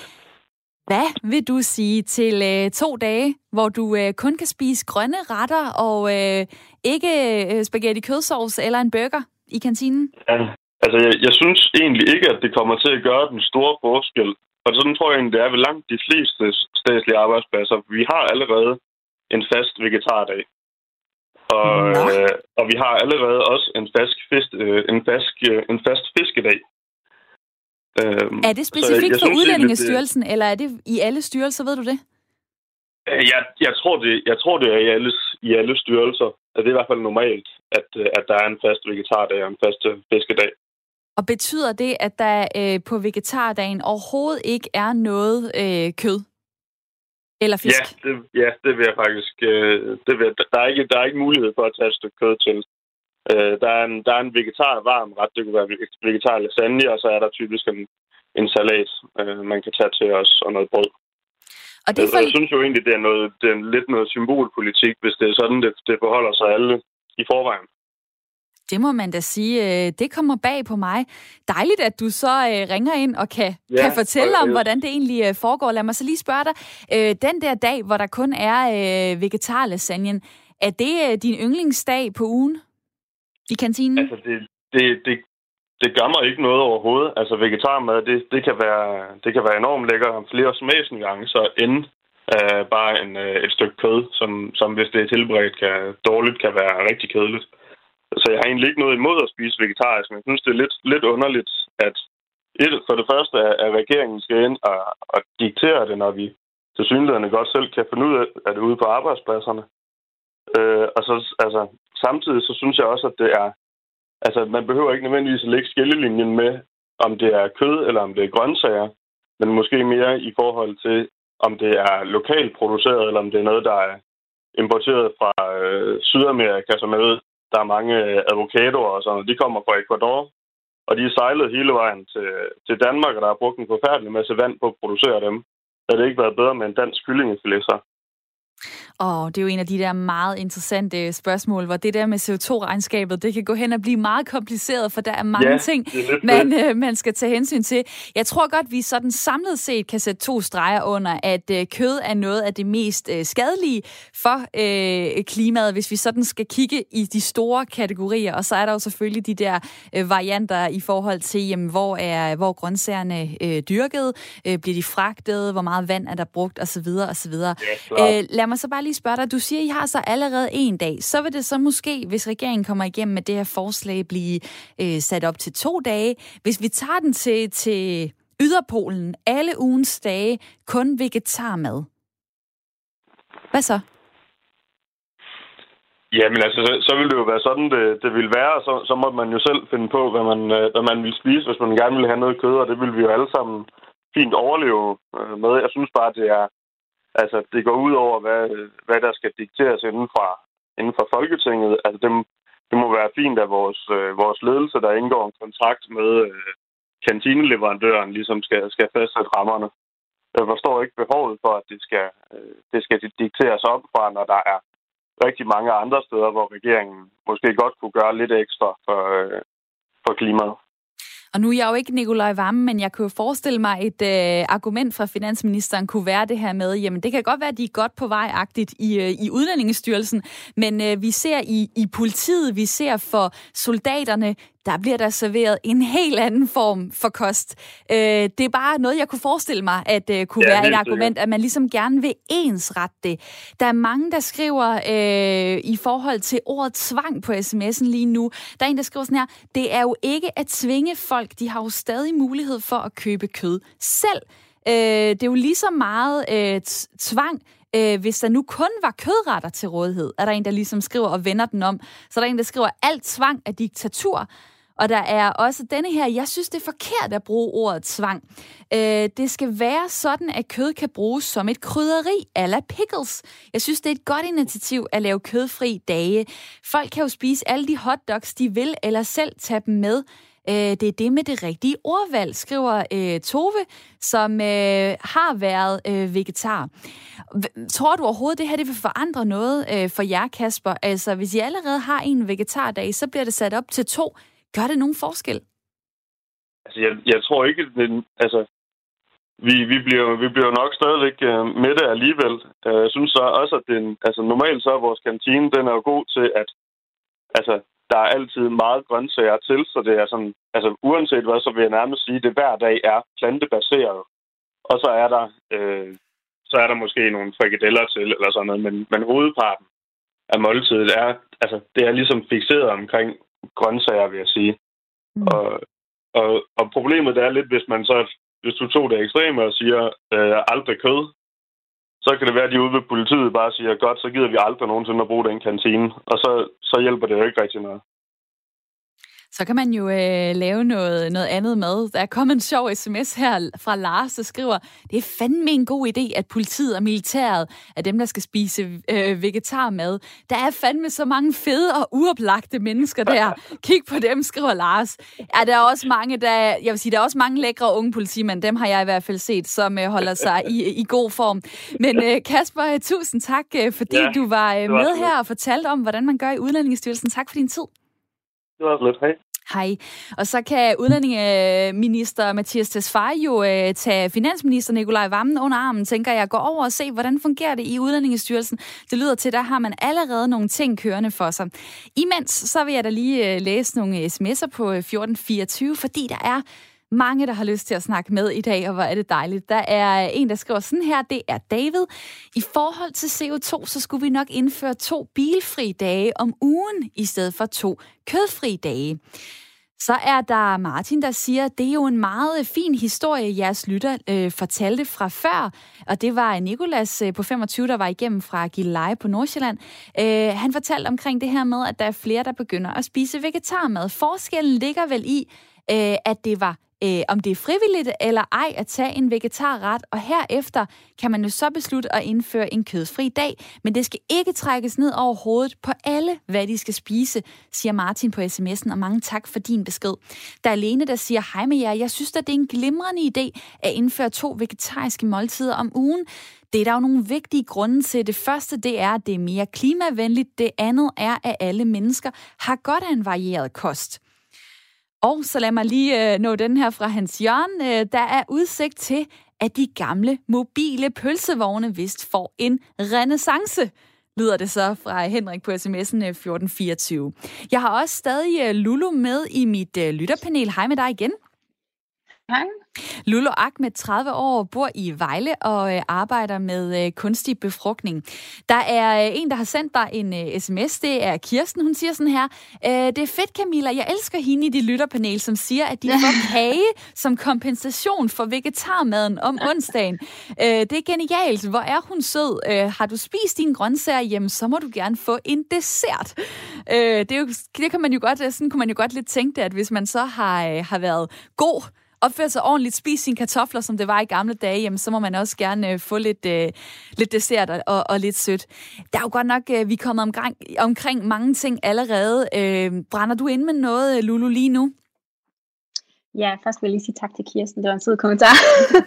Hvad vil du sige til øh, to dage, hvor du øh, kun kan spise grønne retter og øh, ikke øh, spaghetti kødsovs eller en burger i kantinen? Ja, altså jeg, jeg synes egentlig ikke, at det kommer til at gøre den store forskel. Og sådan tror jeg egentlig, det er ved langt de fleste statslige arbejdspladser. Vi har allerede en fast vegetardag. Og, øh, og vi har allerede også en fast, fisk, øh, en fast, øh, en fast fiskedag. Øhm, er det specifikt jeg, jeg for synes, Udlændingestyrelsen, det, eller er det i alle styrelser, ved du det? Jeg, jeg, tror, det, jeg tror, det er i alle, i alle styrelser. Altså, det er i hvert fald normalt, at, at der er en fast vegetardag og en fast fiskedag. Og betyder det, at der øh, på vegetardagen overhovedet ikke er noget øh, kød eller fisk? Ja, det, ja, det vil jeg faktisk. Øh, det vil, der, er ikke, der er ikke mulighed for at tage et stykke kød til. Øh, der, er en, der er en vegetar varm ret. Det kunne være vegetar lasagne, og så er der typisk en, en salat, øh, man kan tage til os, og noget brød. Og det for... Jeg synes jo egentlig, det er, noget, det er lidt noget symbolpolitik, hvis det er sådan, det, det forholder sig alle i forvejen. Det må man da sige. Det kommer bag på mig. Dejligt, at du så ringer ind og kan, ja, kan fortælle om, hvordan det egentlig foregår. Lad mig så lige spørge dig. Den der dag, hvor der kun er vegetarlasagnen, er det din yndlingsdag på ugen i kantinen? Altså, det, det, det, det gør mig ikke noget overhovedet. Altså, vegetarmad, det, det, kan, være, det kan være enormt lækker. Flere smæsende gange, så end uh, bare en, uh, et stykke kød, som, som hvis det er tilberedt kan, dårligt, kan være rigtig kedeligt. Så jeg har egentlig ikke noget imod at spise vegetarisk, men jeg synes, det er lidt, lidt underligt, at et, for det første, at regeringen skal ind og, og diktere det, når vi til synligheden godt selv kan finde ud af det ude på arbejdspladserne. Øh, og så altså, samtidig så synes jeg også, at det er, altså man behøver ikke nødvendigvis at lægge skillelinjen med, om det er kød eller om det er grøntsager, men måske mere i forhold til, om det er lokalt produceret, eller om det er noget, der er importeret fra øh, Sydamerika, som jeg ved, der er mange avocadoer og sådan noget. De kommer fra Ecuador, og de er sejlet hele vejen til, til Danmark, og der har brugt en forfærdelig masse vand på at producere dem. Det havde ikke været bedre med en dansk kyllingefilet. Og det er jo en af de der meget interessante spørgsmål, hvor det der med C O to regnskabet, det kan gå hen og blive meget kompliceret, for der er mange ja, ting, man, øh, man skal tage hensyn til. Jeg tror godt, vi sådan samlet set kan sætte to streger under, at øh, kød er noget af det mest øh, skadelige for øh, klimaet, hvis vi sådan skal kigge i de store kategorier. Og så er der jo selvfølgelig de der øh, varianter i forhold til, jamen, hvor er hvor grøntsagerne øh, dyrket, øh, bliver de fragtet, hvor meget vand er der brugt, osv. osv. Ja, øh, lad mig så bare lige spørge dig. Du siger, I har så allerede en dag. Så vil det så måske, hvis regeringen kommer igennem med det her forslag, blive øh, sat op til to dage. Hvis vi tager den til, til yderpolen, alle ugens dage, kun vegetarmad. Hvad så? Jamen altså, så, så vil det jo være sådan, det, det vil være, og så, så må man jo selv finde på, hvad man, hvad man vil spise, hvis man gerne vil have noget kød, og det vil vi jo alle sammen fint overleve med. Jeg synes bare, det er Altså, det går ud over, hvad, hvad der skal dikteres inden for, inden for Folketinget. Altså, det, det må være fint, at vores, øh, vores ledelse, der indgår en kontrakt med øh, kantineleverandøren, ligesom skal, skal fastsætte rammerne. Jeg forstår ikke behovet for, at det skal, øh, det skal dikteres op fra, når der er rigtig mange andre steder, hvor regeringen måske godt kunne gøre lidt ekstra for, øh, for klimaet. Og nu er jeg jo ikke Nikolaj Wammen, men jeg kunne forestille mig, et øh, argument fra finansministeren kunne være det her med, jamen det kan godt være, at de er godt på vej-agtigt i, øh, i Udlændingestyrelsen, men øh, vi ser i, i politiet, vi ser for soldaterne, der bliver der serveret en helt anden form for kost. Øh, det er bare noget, jeg kunne forestille mig, at øh, kunne ja, være et argument, at man ligesom gerne vil ensrette det. Der er mange, der skriver øh, i forhold til ordet tvang på sms'en lige nu. Der er en, der skriver sådan her, det er jo ikke at tvinge folk, de har jo stadig mulighed for at købe kød selv. Øh, det er jo lige så meget øh, tvang, Øh, hvis der nu kun var kødretter til rådighed, er der en, der ligesom skriver og vender den om. Så er der en, der skriver, alt tvang er diktatur. Og der er også denne her, jeg synes, det er forkert at bruge ordet tvang. Øh, det skal være sådan, at kød kan bruges som et krydderi a la pickles. Jeg synes, det er et godt initiativ at lave kødfri dage. Folk kan jo spise alle de hotdogs, de vil, eller selv tage dem med. Det er det med det rigtige ordvalg, skriver øh, Tove, som øh, har været øh, vegetar. Tror du overhovedet, det her det vil forandre noget øh, for jer, Kasper? Altså, hvis I allerede har en vegetardag, så bliver det sat op til to. Gør det nogen forskel? Altså, jeg, jeg tror ikke, det, altså, vi, vi, bliver, vi bliver nok stadigvæk øh, med det alligevel. Jeg synes så også, at den, altså, normalt så er vores kantine, den er jo god til, at altså, der er altid meget grøntsager til, så det er sådan, altså uanset hvad, så vil jeg nærmest sige, at det hver dag er plantebaseret. Og så er der, øh, så er der måske nogle frikadeller til, eller sådan noget, men, men hovedparten af måltidet er, altså det er ligesom fikseret omkring grøntsager, vil jeg sige. Mm. Og, og, og problemet er lidt, hvis man så, hvis du tog det ekstreme og siger, øh, aldrig kød, så kan det være, at de ude ved politiet bare siger, godt, så gider vi aldrig nogensinde at bruge den kantine. Og så, så hjælper det jo ikke rigtig noget. Så kan man jo øh, lave noget, noget andet mad. Der er kommet en sjov sms her fra Lars, der skriver, det er fandme en god idé, at politiet og militæret er dem, der skal spise øh, vegetarmad. Der er fandme så mange fede og uoplagte mennesker der. Kig på dem, skriver Lars. Ja, der er også mange, der, jeg vil sige, der er også mange lækre unge politimænd, dem har jeg i hvert fald set, som øh, holder sig i, i god form. Men øh, Kasper, tusind tak, øh, fordi ja, du var øh, med her og fortalte om, hvordan man gør i Udlændingestyrelsen. Tak for din tid. Det var lidt. Hej. Hej. Og så kan udlændingeminister Mattias Tesfaye jo øh, tage finansminister Nikolaj Wammen under armen, tænker jeg, gå over og se, hvordan fungerer det i Udlændingestyrelsen. Det lyder til, der har man allerede nogle ting kørende for sig. Imens så vil jeg da lige øh, læse nogle sms'er på fjorten fireogtyve, fordi der er mange, der har lyst til at snakke med i dag, og hvor er det dejligt. Der er en, der skriver sådan her, det er David. I forhold til C O to, så skulle vi nok indføre to bilfri dage om ugen, i stedet for to kødfri dage. Så er der Martin, der siger, det er jo en meget fin historie, jeres lytter øh, fortalte fra før. Og det var Nicolas øh, på femogtyve, der var igennem fra Gilleleje på Nordsjælland. Øh, han fortalte omkring det her med, at der er flere, der begynder at spise vegetarmad. Forskellen ligger vel i, øh, at det var Øh, om det er frivilligt eller ej at tage en vegetarret, og herefter kan man jo så beslutte at indføre en kødfri dag, men det skal ikke trækkes ned over hovedet på alle, hvad de skal spise, siger Martin på sms'en, og mange tak for din besked. Der er Lene, der siger, hej med jer, jeg synes, at det er en glimrende idé at indføre to vegetariske måltider om ugen. Det er der jo nogle vigtige grunde til. Det første, det er, at det er mere klimavenligt. Det andet er, at alle mennesker har godt af en varieret kost. Og så lad mig lige øh, nå den her fra Hans Jørgen. Øh, der er udsigt til, at de gamle mobile pølsevogne vist får en renaissance, lyder det så fra Henrik på sms'en fjorten fireogtyve. Jeg har også stadig øh, Lulu med i mit øh, lytterpanel. Hej med dig igen. Hej. Lulu Ahmed, tredive år, bor i Vejle og øh, arbejder med øh, kunstig befrugtning. Der er øh, en, der har sendt dig en øh, sms. Det er Kirsten. Hun siger sådan her, øh, det er fedt, Camilla. Jeg elsker hende i dit lytterpanel, som siger, at de får kage som kompensation for vegetarmaden om onsdagen. Øh, det er genialt. Hvor er hun sød? Øh, har du spist dine grøntsager hjemme, så må du gerne få en dessert. Øh, det, er jo, det kan man jo godt, sådan kunne man jo godt lidt tænke det, at hvis man så har, øh, har været god, opført sig ordentligt, spise sine kartofler, som det var i gamle dage, jamen, så må man også gerne øh, få lidt, øh, lidt dessert og, og lidt sødt. Der er jo godt nok, øh, vi er kommet omkring, omkring mange ting allerede. Øh, brænder du ind med noget, Lulu, lige nu? Ja, først vil jeg lige sige tak til Kirsten. Det var en sød kommentar.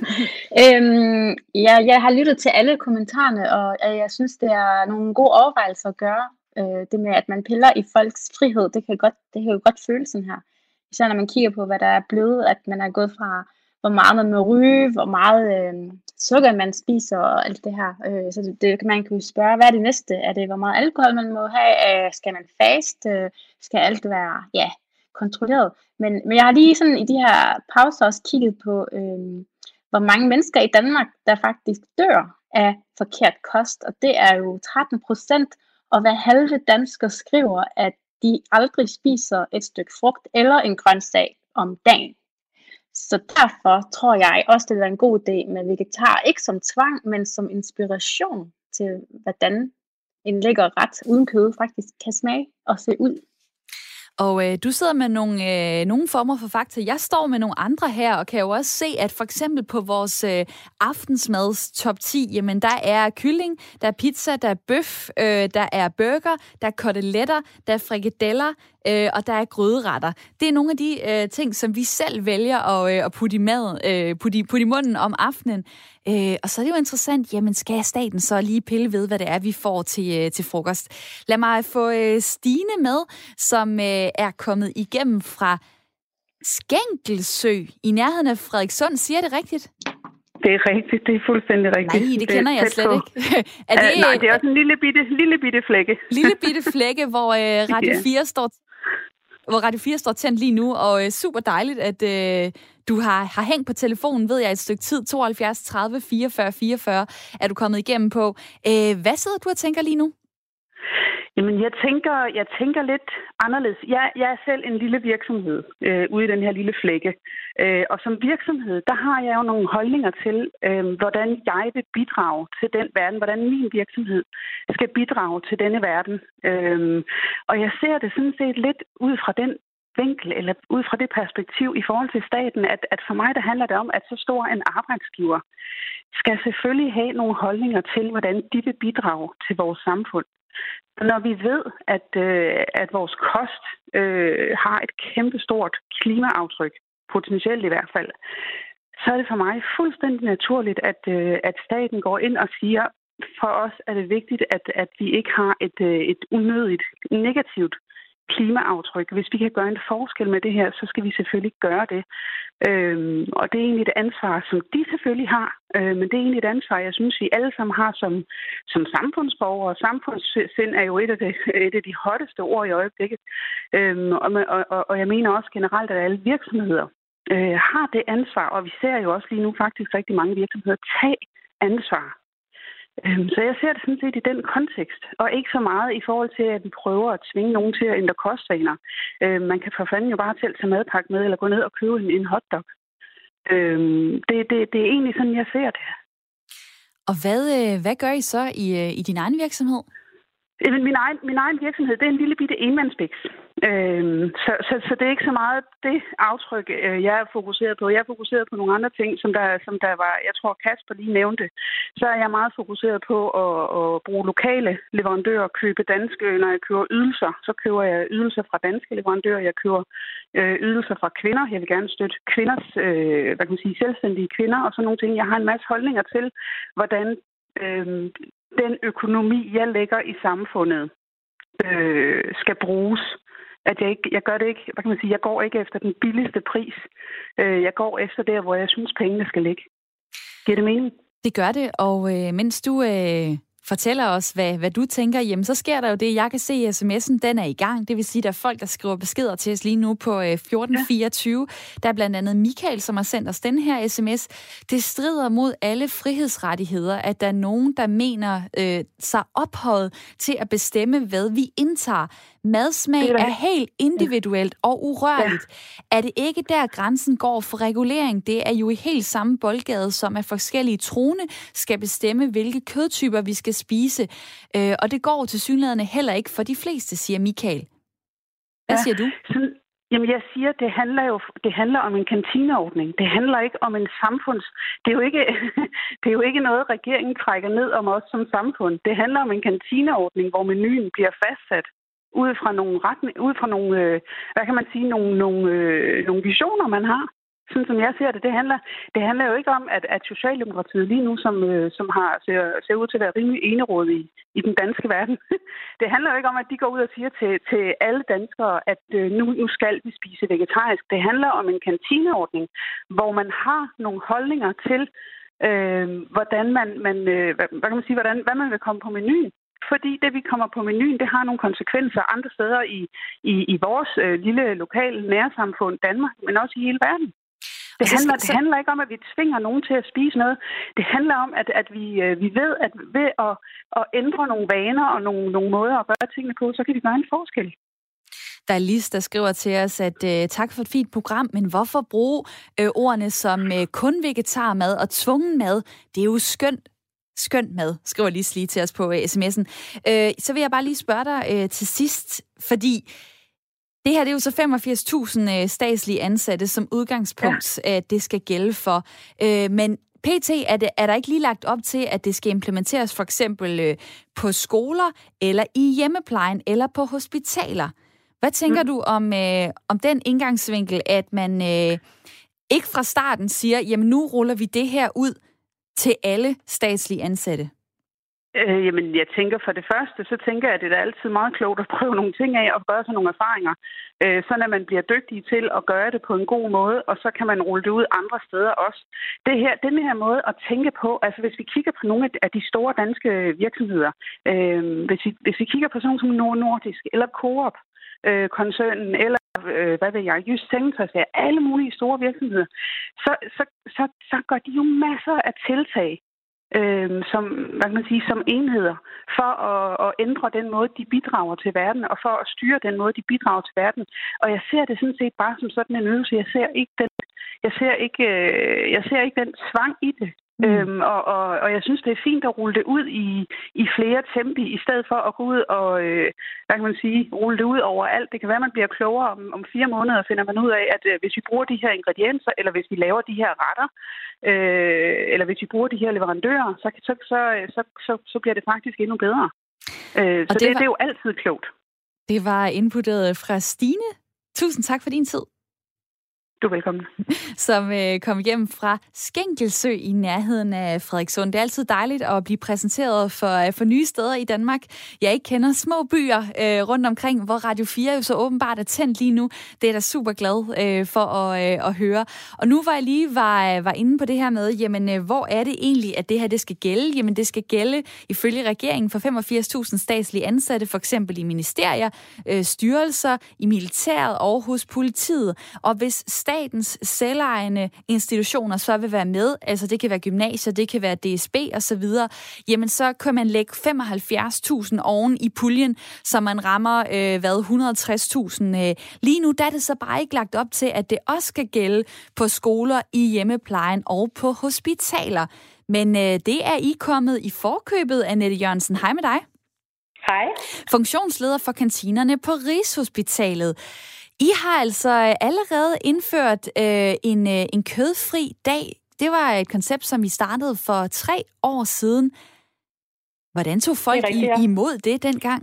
øhm, ja, jeg har lyttet til alle kommentarerne, og øh, jeg synes, det er nogle gode overvejelser at gøre. Øh, det med, at man piller i folks frihed, det kan, godt, det kan jo godt føles sådan her. Især når man kigger på, hvad der er blevet, at man er gået fra, hvor meget man må ryge, hvor meget øh, sukker man spiser og alt det her. Øh, så det, det kan man kunne spørge, hvad er det næste? Er det, hvor meget alkohol man må have? Øh, skal man faste? Øh, skal alt være ja, kontrolleret? Men, men jeg har lige sådan i de her pauser også kigget på, øh, hvor mange mennesker i Danmark, der faktisk dør af forkert kost. Og det er jo tretten procent, og hver halve dansker skriver, at de aldrig spiser et stykke frugt eller en grøntsag om dagen. Så derfor tror jeg også, det er en god idé med vegetar. Ikke som tvang, men som inspiration til, hvordan en lækker ret uden kød faktisk kan smage og se ud. Og øh, du sidder med nogle, øh, nogle former for fakta. Jeg står med nogle andre her, og kan jo også se, at for eksempel på vores øh, aftensmads top ti, jamen der er kylling, der er pizza, der er bøf, øh, der er burger, der er koteletter, der er frikadeller, øh, og der er gryderetter. Det er nogle af de øh, ting, som vi selv vælger at, øh, at putte i mad, øh, putte, i, putte i munden om aftenen. Øh, og så er det jo interessant, jamen skal staten så lige pille ved, hvad det er, vi får til, øh, til frokost. Lad mig få øh, Stine med, som øh, er kommet igennem fra Skænkelsø i nærheden af Frederikssund. Siger det rigtigt? Det er rigtigt, det er fuldstændig rigtigt. Nej, det kender det jeg slet på. Ikke. er det, uh, nej, det er også en lille bitte, lille bitte flække. Lille bitte flække, hvor øh, Radio fire står hvor Radio fire står tændt lige nu, og øh, super dejligt, at øh, du har, har hængt på telefonen, ved jeg, et stykke tid, tooghalvfjerds tredive fireogfyrre fireogfyrre, er du kommet igennem på. Øh, hvad sidder du og tænker lige nu? Jamen, jeg tænker, jeg tænker lidt anderledes. Jeg, jeg er selv en lille virksomhed øh, ude i den her lille flække. Øh, og som virksomhed, der har jeg jo nogle holdninger til, øh, hvordan jeg vil bidrage til den verden, hvordan min virksomhed skal bidrage til denne verden. Øh, og jeg ser det sådan set lidt ud fra den vinkel, eller ud fra det perspektiv i forhold til staten, at, at for mig der handler det om, at så stor en arbejdsgiver skal selvfølgelig have nogle holdninger til, hvordan de vil bidrage til vores samfund. Når vi ved, at, øh, at vores kost øh, har et kæmpestort klimaaftryk, potentielt i hvert fald, så er det for mig fuldstændig naturligt, at, øh, at staten går ind og siger, for os er det vigtigt, at, at vi ikke har et, øh, et unødigt negativt klimaaftryk. Hvis vi kan gøre en forskel med det her, så skal vi selvfølgelig gøre det. Øhm, og det er egentlig et ansvar, som de selvfølgelig har, øh, men det er egentlig et ansvar, jeg synes, vi alle sammen har som, som samfundsborgere. Samfundssind er jo et af, de, et af de hotteste ord i øjeblikket. Øhm, og, og, og jeg mener også generelt, at alle virksomheder øh, har det ansvar, og vi ser jo også lige nu faktisk rigtig mange virksomheder tage ansvar. Så jeg ser det sådan set i den kontekst, og ikke så meget i forhold til, at vi prøver at tvinge nogen til at ændre kostvaner. Man kan for fanden jo bare selv tage madpakke med, eller gå ned og købe en hotdog. Det, det, det er egentlig sådan, jeg ser det. Og hvad, hvad gør I så i, i din egen virksomhed? Min egen, min egen virksomhed, det er en lille bitte enmandsbiks. Øhm, så, så, så det er ikke så meget det aftryk, øh, jeg er fokuseret på. Jeg er fokuseret på nogle andre ting, som der, som der var, jeg tror Kasper lige nævnte. Så er jeg meget fokuseret på at, at bruge lokale leverandører, købe danske, når jeg køber ydelser. Så køber jeg ydelser fra danske leverandører, jeg køber øh, ydelser fra kvinder. Jeg vil gerne støtte kvinders, øh, hvad kan man sige, selvstændige kvinder og sådan nogle ting. Jeg har en masse holdninger til, hvordan øh, den økonomi, jeg lægger i samfundet, øh, skal bruges. At jeg, ikke, jeg gør det ikke, hvad kan man sige, jeg går ikke efter den billigste pris. Øh, jeg går efter der, hvor jeg synes, pengene skal ligge. Giver det mening? Det gør det, og øh, mens du øh, fortæller os, hvad, hvad du tænker, jamen så sker der jo det, jeg kan se i sms'en, den er i gang. Det vil sige, der er folk, der skriver beskeder til os lige nu på øh, fjorten fireogtyve. Ja. Der er blandt andet Michael, som har sendt os den her sms. Det strider mod alle frihedsrettigheder, at der er nogen, der mener øh, sig ophøjet til at bestemme, hvad vi indtager. Madsmag er, er helt individuelt ja. og urørligt. Ja. Er det ikke der, grænsen går for regulering? Det er jo i helt samme boldgade, som at forskellige troende skal bestemme, hvilke kødtyper vi skal spise. Øh, og det går tilsyneladende heller ikke for de fleste, siger Michael. Hvad ja. siger du? Sådan, jamen jeg siger, det handler jo det handler om en kantineordning. Det handler ikke om en samfunds... Det er jo ikke, det er jo ikke noget, regeringen trækker ned om os som samfund. Det handler om en kantineordning, hvor menuen bliver fastsat ud fra nogle retning, ud fra nogle, øh, hvad kan man sige, nogle, nogle, øh, nogle visioner, man har. Sådan som jeg ser det, det handler, det handler jo ikke om, at, at Socialdemokratiet lige nu, som, øh, som har, ser, ser ud til at være rimelig enerådige i, i den danske verden, det handler jo ikke om, at de går ud og siger til, til alle danskere, at øh, nu, nu skal vi spise vegetarisk. Det handler om en kantineordning, hvor man har nogle holdninger til, øh, hvordan man, man øh, hvad, hvad kan man sige, hvordan, hvad man vil komme på menuen. Fordi det, vi kommer på menuen, det har nogle konsekvenser andre steder i, i, i vores øh, lille lokale nærsamfund Danmark, men også i hele verden. Det handler, det handler ikke om, at vi tvinger nogen til at spise noget. Det handler om, at, at vi, vi ved, at ved at, at ændre nogle vaner og nogle, nogle måder at gøre tingene på, så kan vi gøre en forskel. Der er Lis, der skriver til os, at uh, tak for et fint program, men hvorfor bruge uh, ordene som uh, kun vegetarmad og tvungen mad? Det er jo skønt. Skønt mad, skriver Lis lige til os på uh, sms'en. Uh, så vil jeg bare lige spørge dig uh, til sidst, fordi det her det er jo så femogfirs tusind øh, statslige ansatte som udgangspunkt, ja. at det skal gælde for. Øh, men P T er, det, er der ikke lige lagt op til, at det skal implementeres for eksempel øh, på skoler, eller i hjemmeplejen, eller på hospitaler. Hvad tænker mm. du om, øh, om den indgangsvinkel, at man øh, ikke fra starten siger, jamen nu ruller vi det her ud til alle statslige ansatte? Øh, jamen, jeg tænker for det første, så tænker jeg, at det er altid meget klogt at prøve nogle ting af og gøre sig nogle erfaringer, øh, sådan at man bliver dygtig til at gøre det på en god måde, og så kan man rulle det ud andre steder også. Det her, den her måde at tænke på, altså hvis vi kigger på nogle af de store danske virksomheder, øh, hvis, vi, hvis vi kigger på sådan nogle som Novo Nordisk eller Coop, øh, koncernen, eller øh, hvad ved jeg, Jysk Sengetøjslager, alle mulige store virksomheder, så, så, så, så gør de jo masser af tiltag, Øh, som, hvad kan man sige, som enheder for at, at ændre den måde, de bidrager til verden, og for at styre den måde, de bidrager til verden. Og jeg ser det sådan set bare som sådan en øvelse. Jeg ser ikke den, jeg ser ikke, jeg ser ikke den tvang i det. Mm. Øhm, og, og, og jeg synes, det er fint at rulle det ud i, i flere tempi, i stedet for at gå ud og, øh, hvad kan man sige, rulle det ud over alt. Det kan være, at man bliver klogere om, om fire måneder, finder man ud af, at øh, hvis vi bruger de her ingredienser, eller hvis vi laver de her retter, øh, eller hvis vi bruger de her leverandører, så, så, så, så, så, så bliver det faktisk endnu bedre. Øh, så det, det, var, det er jo altid klogt. Det var inputtet fra Stine. Tusind tak for din tid. Du er velkommen. Som øh, kom igennem fra Skænkelsø i nærheden af Frederikssund. Det er altid dejligt at blive præsenteret for, for nye steder i Danmark. Jeg ikke kender små byer øh, rundt omkring, hvor Radio fire jo så åbenbart er tændt lige nu. Det er jeg da super glad øh, for at, øh, at høre. Og nu var jeg lige var, var inde på det her med, jamen øh, hvor er det egentlig, at det her det skal gælde? Jamen det skal gælde ifølge regeringen for femogfirs tusind statslige ansatte, for eksempel i ministerier, øh, styrelser, i militæret og hos politiet. Og hvis statens selvejende institutioner så vil være med, altså det kan være gymnasier, det kan være D S B og så videre, jamen så kan man lægge femoghalvfjerds tusind oven i puljen, så man rammer, øh, hvad, et hundrede og tres tusind. Øh. Lige nu der er det så bare ikke lagt op til, at det også skal gælde på skoler, i hjemmeplejen og på hospitaler. Men øh, det er I kommet i forkøbet, Annette Jørgensen. Hej med dig. Hej. Funktionsleder for kantinerne på Rigshospitalet. I har altså allerede indført øh, en, øh, en kødfri dag. Det var et koncept, som I startede for tre år siden. Hvordan tog folk rigtigt, ja. I, imod det dengang?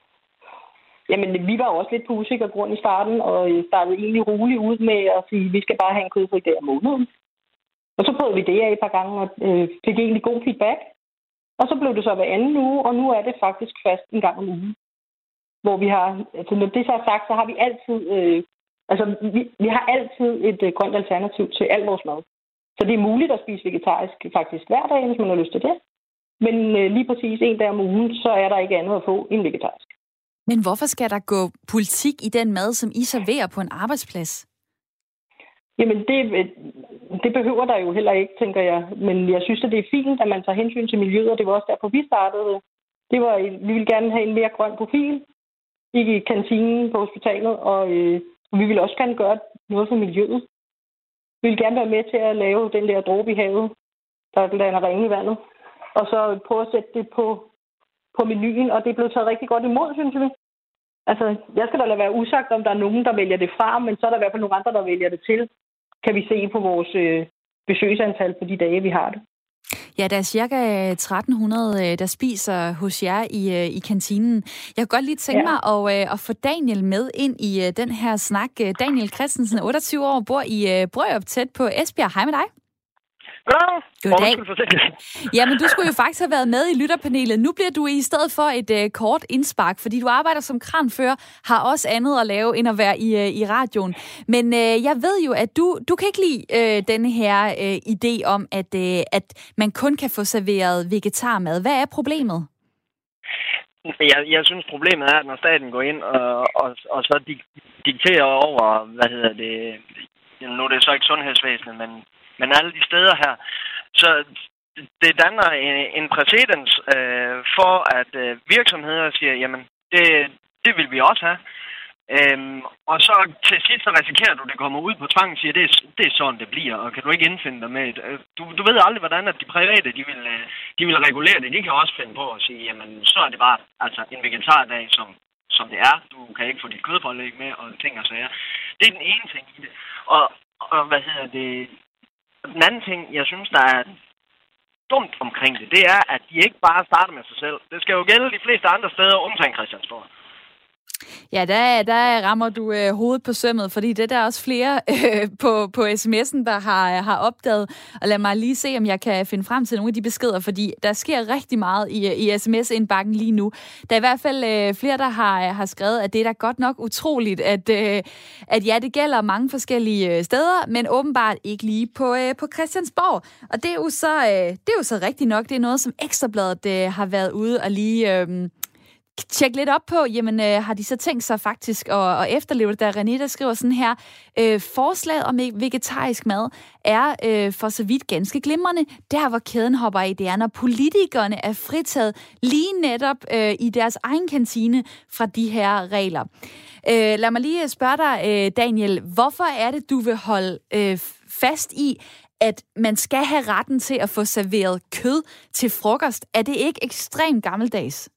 Jamen, vi var også lidt på usikker grund i starten, og startede egentlig roligt ud med at sige, at vi skal bare have en kødfri dag om måneden. Og så prøvede vi det af et par gange, og øh, fik egentlig god feedback. Og så blev det så hver anden uge, og nu er det faktisk fast en gang om ugen. Hvor vi har, altså når det så er sagt, så har vi altid, øh, altså vi, vi har altid et øh, grønt alternativ til al vores mad. Så det er muligt at spise vegetarisk faktisk hver dag, hvis man har lyst til det. Men øh, lige præcis en dag om ugen, så er der ikke andet at få end vegetarisk. Men hvorfor skal der gå politik i den mad, som I serverer på en arbejdsplads? Jamen det, det behøver der jo heller ikke, tænker jeg. Men jeg synes, at det er fint, at man tager hensyn til miljøet, og det var også derfor, vi startede. Det var, vi ville gerne have en mere grøn profil i kantinen på hospitalet, og øh, vi vil også gerne gøre noget for miljøet. Vi vil gerne være med til at lave den der dråbe i havet, der lander ringe i vandet, og så prøve at sætte det på, på menuen, og det er blevet taget rigtig godt imod, synes vi. Altså, jeg skal da lade være usagt, om der er nogen, der vælger det fra, men så er der i hvert fald nogle andre, der vælger det til, kan vi se på vores øh, besøgsantal på de dage, vi har det. Ja, der er cirka tretten hundrede, der spiser hos jer i, i kantinen. Jeg kan godt lige tænke ja. mig at, at få Daniel med ind i den her snak. Daniel Christensen, otteogtyve år, bor i Brørup tæt på Esbjerg. Hej med dig. Goddag. Goddag. Jamen, du skulle jo faktisk have været med i lytterpanelet. Nu bliver du i stedet for et uh, kort indspark, fordi du arbejder som kranfører, har også andet at lave end at være i, uh, i radioen. Men uh, jeg ved jo, at du, du kan ikke lide uh, denne her uh, idé om, at, uh, at man kun kan få serveret vegetarmad. Hvad er problemet? Jeg, jeg synes, problemet er, at når staten går ind og, og, og så dikterer over, hvad hedder det, nu er det så ikke sundhedsvæsenet, men Men alle de steder her, så det danner en, en præcedens øh, for, at øh, virksomheder siger, jamen, det, det vil vi også have. Øhm, og så til sidst så risikerer du, at det kommer ud på tvang og siger, det er, det er sådan, det bliver, og kan du ikke indfinde dig med et. Du, du ved aldrig, hvordan at de private, de vil, de vil regulere det. De kan også finde på at sige, jamen, så er det bare altså, en vegetardag, som, som det er. Du kan ikke få dit kødpålæg med, og ting og sager. Det er den ene ting i det. Og, og hvad hedder det... Den anden ting, jeg synes, der er dumt omkring det, det er, at de ikke bare starter med sig selv. Det skal jo gælde de fleste andre steder, undtagen Christiansborg. Ja, der, der rammer du øh, hovedet på sømmet, fordi det der er også flere øh, på, på sms'en, der har, har opdaget. Og lad mig lige se, om jeg kan finde frem til nogle af de beskeder, fordi der sker rigtig meget i, i sms-indbakken lige nu. Der er i hvert fald øh, flere, der har, har skrevet, at det er da godt nok utroligt, at, øh, at ja, det gælder mange forskellige steder, men åbenbart ikke lige på, øh, på Christiansborg. Og det er, jo så, øh, det er jo så rigtigt nok. Det er noget, som Ekstrabladet øh, har været ude og lige... Øh, tjek lidt op på, jamen øh, har de så tænkt sig faktisk at, at efterleve det, da René, der skriver sådan her, øh, forslaget om vegetarisk mad er øh, for så vidt ganske glimrende. Der, hvor kæden hopper i, det er, når politikerne er fritaget lige netop øh, i deres egen kantine fra de her regler. Øh, lad mig lige spørge dig, øh, Daniel, hvorfor er det, du vil holde øh, fast i, at man skal have retten til at få serveret kød til frokost? Er det ikke ekstremt gammeldags?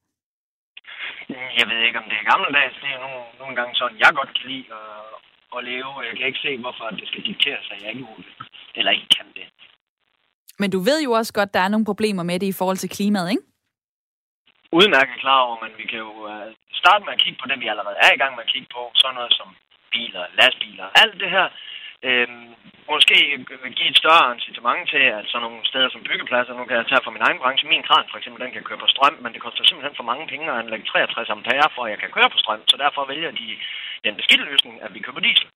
Jeg ved ikke, om det er gammeldags. Det er nogle, nogle gange sådan, jeg godt kan lide at, at leve. Jeg kan ikke se, hvorfor det skal diktere sig, jeg ikke må det. Eller ikke kan det. Men du ved jo også godt, der er nogle problemer med det i forhold til klimaet, ikke? Udmærket klar over, men vi kan jo uh, starte med at kigge på det, vi allerede er i gang med at kigge på. Sådan noget som biler, lastbiler, alt det her. Øhm, måske give et større incitament til, at sådan nogle steder som byggepladser, nu kan jeg tage fra min egen branche, min kran for eksempel, den kan køre på strøm, men det koster simpelthen for mange penge at anlægge treogtres ampere, for at jeg kan køre på strøm, så derfor vælger de den beskidte løsning, at vi køber diesel.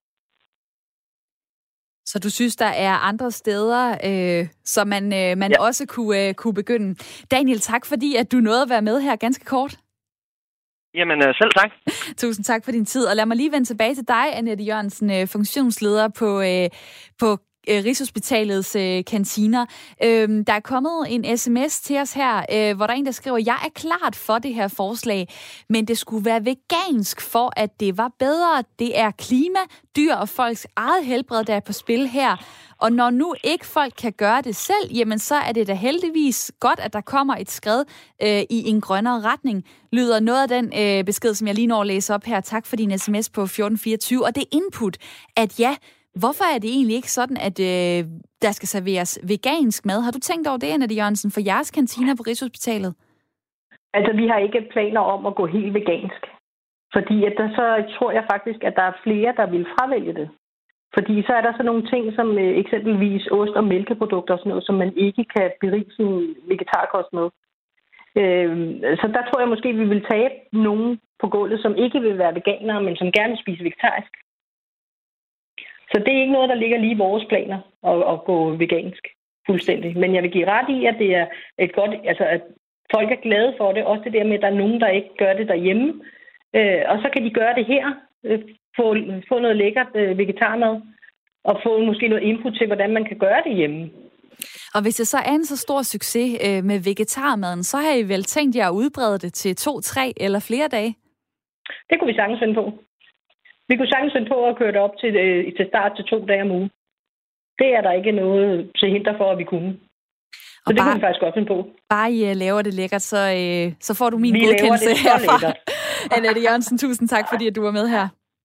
Så du synes, der er andre steder, øh, som man, øh, man ja. også kunne, øh, kunne begynde. Daniel, tak fordi, at du nåede at være med her ganske kort. Jamen, selv tak. Tusind tak for din tid, og lad mig lige vende tilbage til dig, Annette Jørgensen, funktionsleder på, øh, på Rigshospitalets øh, kantiner. Øhm, der er kommet en sms til os her, øh, hvor der er en, der skriver, jeg er klart for det her forslag, men det skulle være vegansk for, at det var bedre. Det er klima, dyr og folks eget helbred, der er på spil her. Og når nu ikke folk kan gøre det selv, jamen så er det da heldigvis godt, at der kommer et skred øh, i en grønnere retning. Lyder noget af den øh, besked, som jeg lige når at læse op her. Tak for din sms på fjorten fireogtyve. Og det input, at ja, hvorfor er det egentlig ikke sådan, at øh, der skal serveres vegansk mad? Har du tænkt over det, Annette Jørgensen, for jeres kantiner på Rigshospitalet? Altså, vi har ikke planer om at gå helt vegansk. Fordi at der, så tror jeg faktisk, at der er flere, der vil fravælge det. Fordi så er der så nogle ting, som øh, eksempelvis ost- og mælkeprodukter og sådan noget, som man ikke kan berige sin vegetarkost med. Øh, så der tror jeg måske, at vi vil tabe nogen på gulvet, som ikke vil være veganere, men som gerne vil spise vegetarisk. Så det er ikke noget, der ligger lige i vores planer at, at gå vegansk fuldstændig. Men jeg vil give ret i, at det er et godt, altså at folk er glade for det. Også det der med, at der er nogen, der ikke gør det derhjemme. Øh, og så kan de gøre det her. Øh, få, få noget lækkert øh, vegetarmad. Og få måske noget input til, hvordan man kan gøre det hjemme. Og hvis det så er en så stor succes øh, med vegetarmaden, så har I vel tænkt jer at udbrede det til to, tre eller flere dage? Det kunne vi sagtens finde på. Vi kunne sagtens finde på at køre det op til, øh, til start til to dage om ugen. Det er der ikke noget til hinder for, at vi kunne. Så og det bare, kunne vi faktisk godt finde på. Bare I uh, laver det lækkert, så, uh, så får du min vi godkendelse herfra. Annette Jørgensen, tusind tak, fordi at du var med her.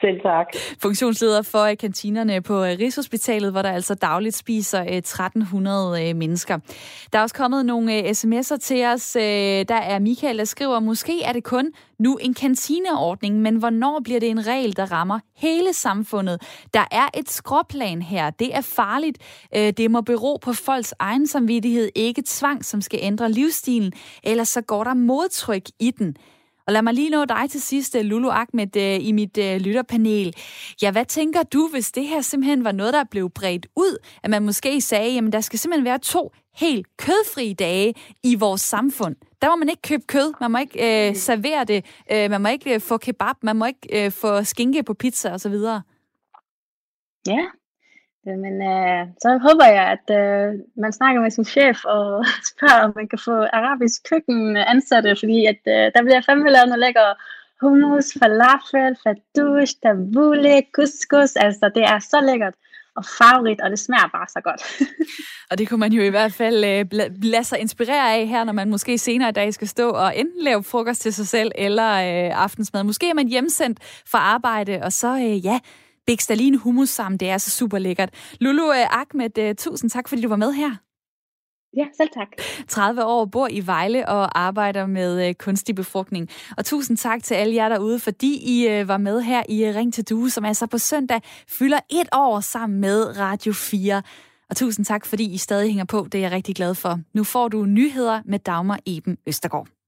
Selv tak. Funktionsleder for kantinerne på Rigshospitalet, hvor der altså dagligt spiser tretten hundrede mennesker. Der er også kommet nogle sms'er til os. Der er Michael, der skriver, måske er det kun nu en kantineordning, men hvornår bliver det en regel, der rammer hele samfundet? Der er et skråplan her. Det er farligt. Det må bero på folks egen samvittighed, ikke tvang, som skal ændre livsstilen, ellers så går der modtryk i den. Og lad mig lige nå dig til sidst, Lulu Ahmed, i mit uh, lytterpanel. Ja, hvad tænker du, hvis det her simpelthen var noget, der blev bredt ud? At man måske sagde, jamen der skal simpelthen være to helt kødfrie dage i vores samfund. Der må man ikke købe kød, man må ikke uh, servere det, uh, man må ikke uh, få kebab, man må ikke uh, få skinke på pizza osv. Ja, men øh, så håber jeg, at øh, man snakker med sin chef og spørger, om man kan få arabisk køkken ansatte, fordi at, øh, der bliver fandme lavet noget lækker hummus, falafel, fattoush, tabbouleh, couscous. Altså, det er så lækkert og farverigt, og det smager bare så godt. Og det kunne man jo i hvert fald øh, lade sig inspirere af her, når man måske senere i dag skal stå og enten lave frokost til sig selv eller øh, aftensmad. Måske er man hjemsendt fra arbejde, og så øh, ja... Bækstalin hummus sammen, det er så super lækkert. Lulu Ahmed, tusind tak, fordi du var med her. Ja, selv tak. tredive år, bor i Vejle og arbejder med kunstig befrugtning. Og tusind tak til alle jer derude, fordi I var med her i Ring til Due, som altså på søndag fylder et år sammen med Radio fire. Og tusind tak, fordi I stadig hænger på. Det er jeg rigtig glad for. Nu får du nyheder med Dagmar Eben Østergaard.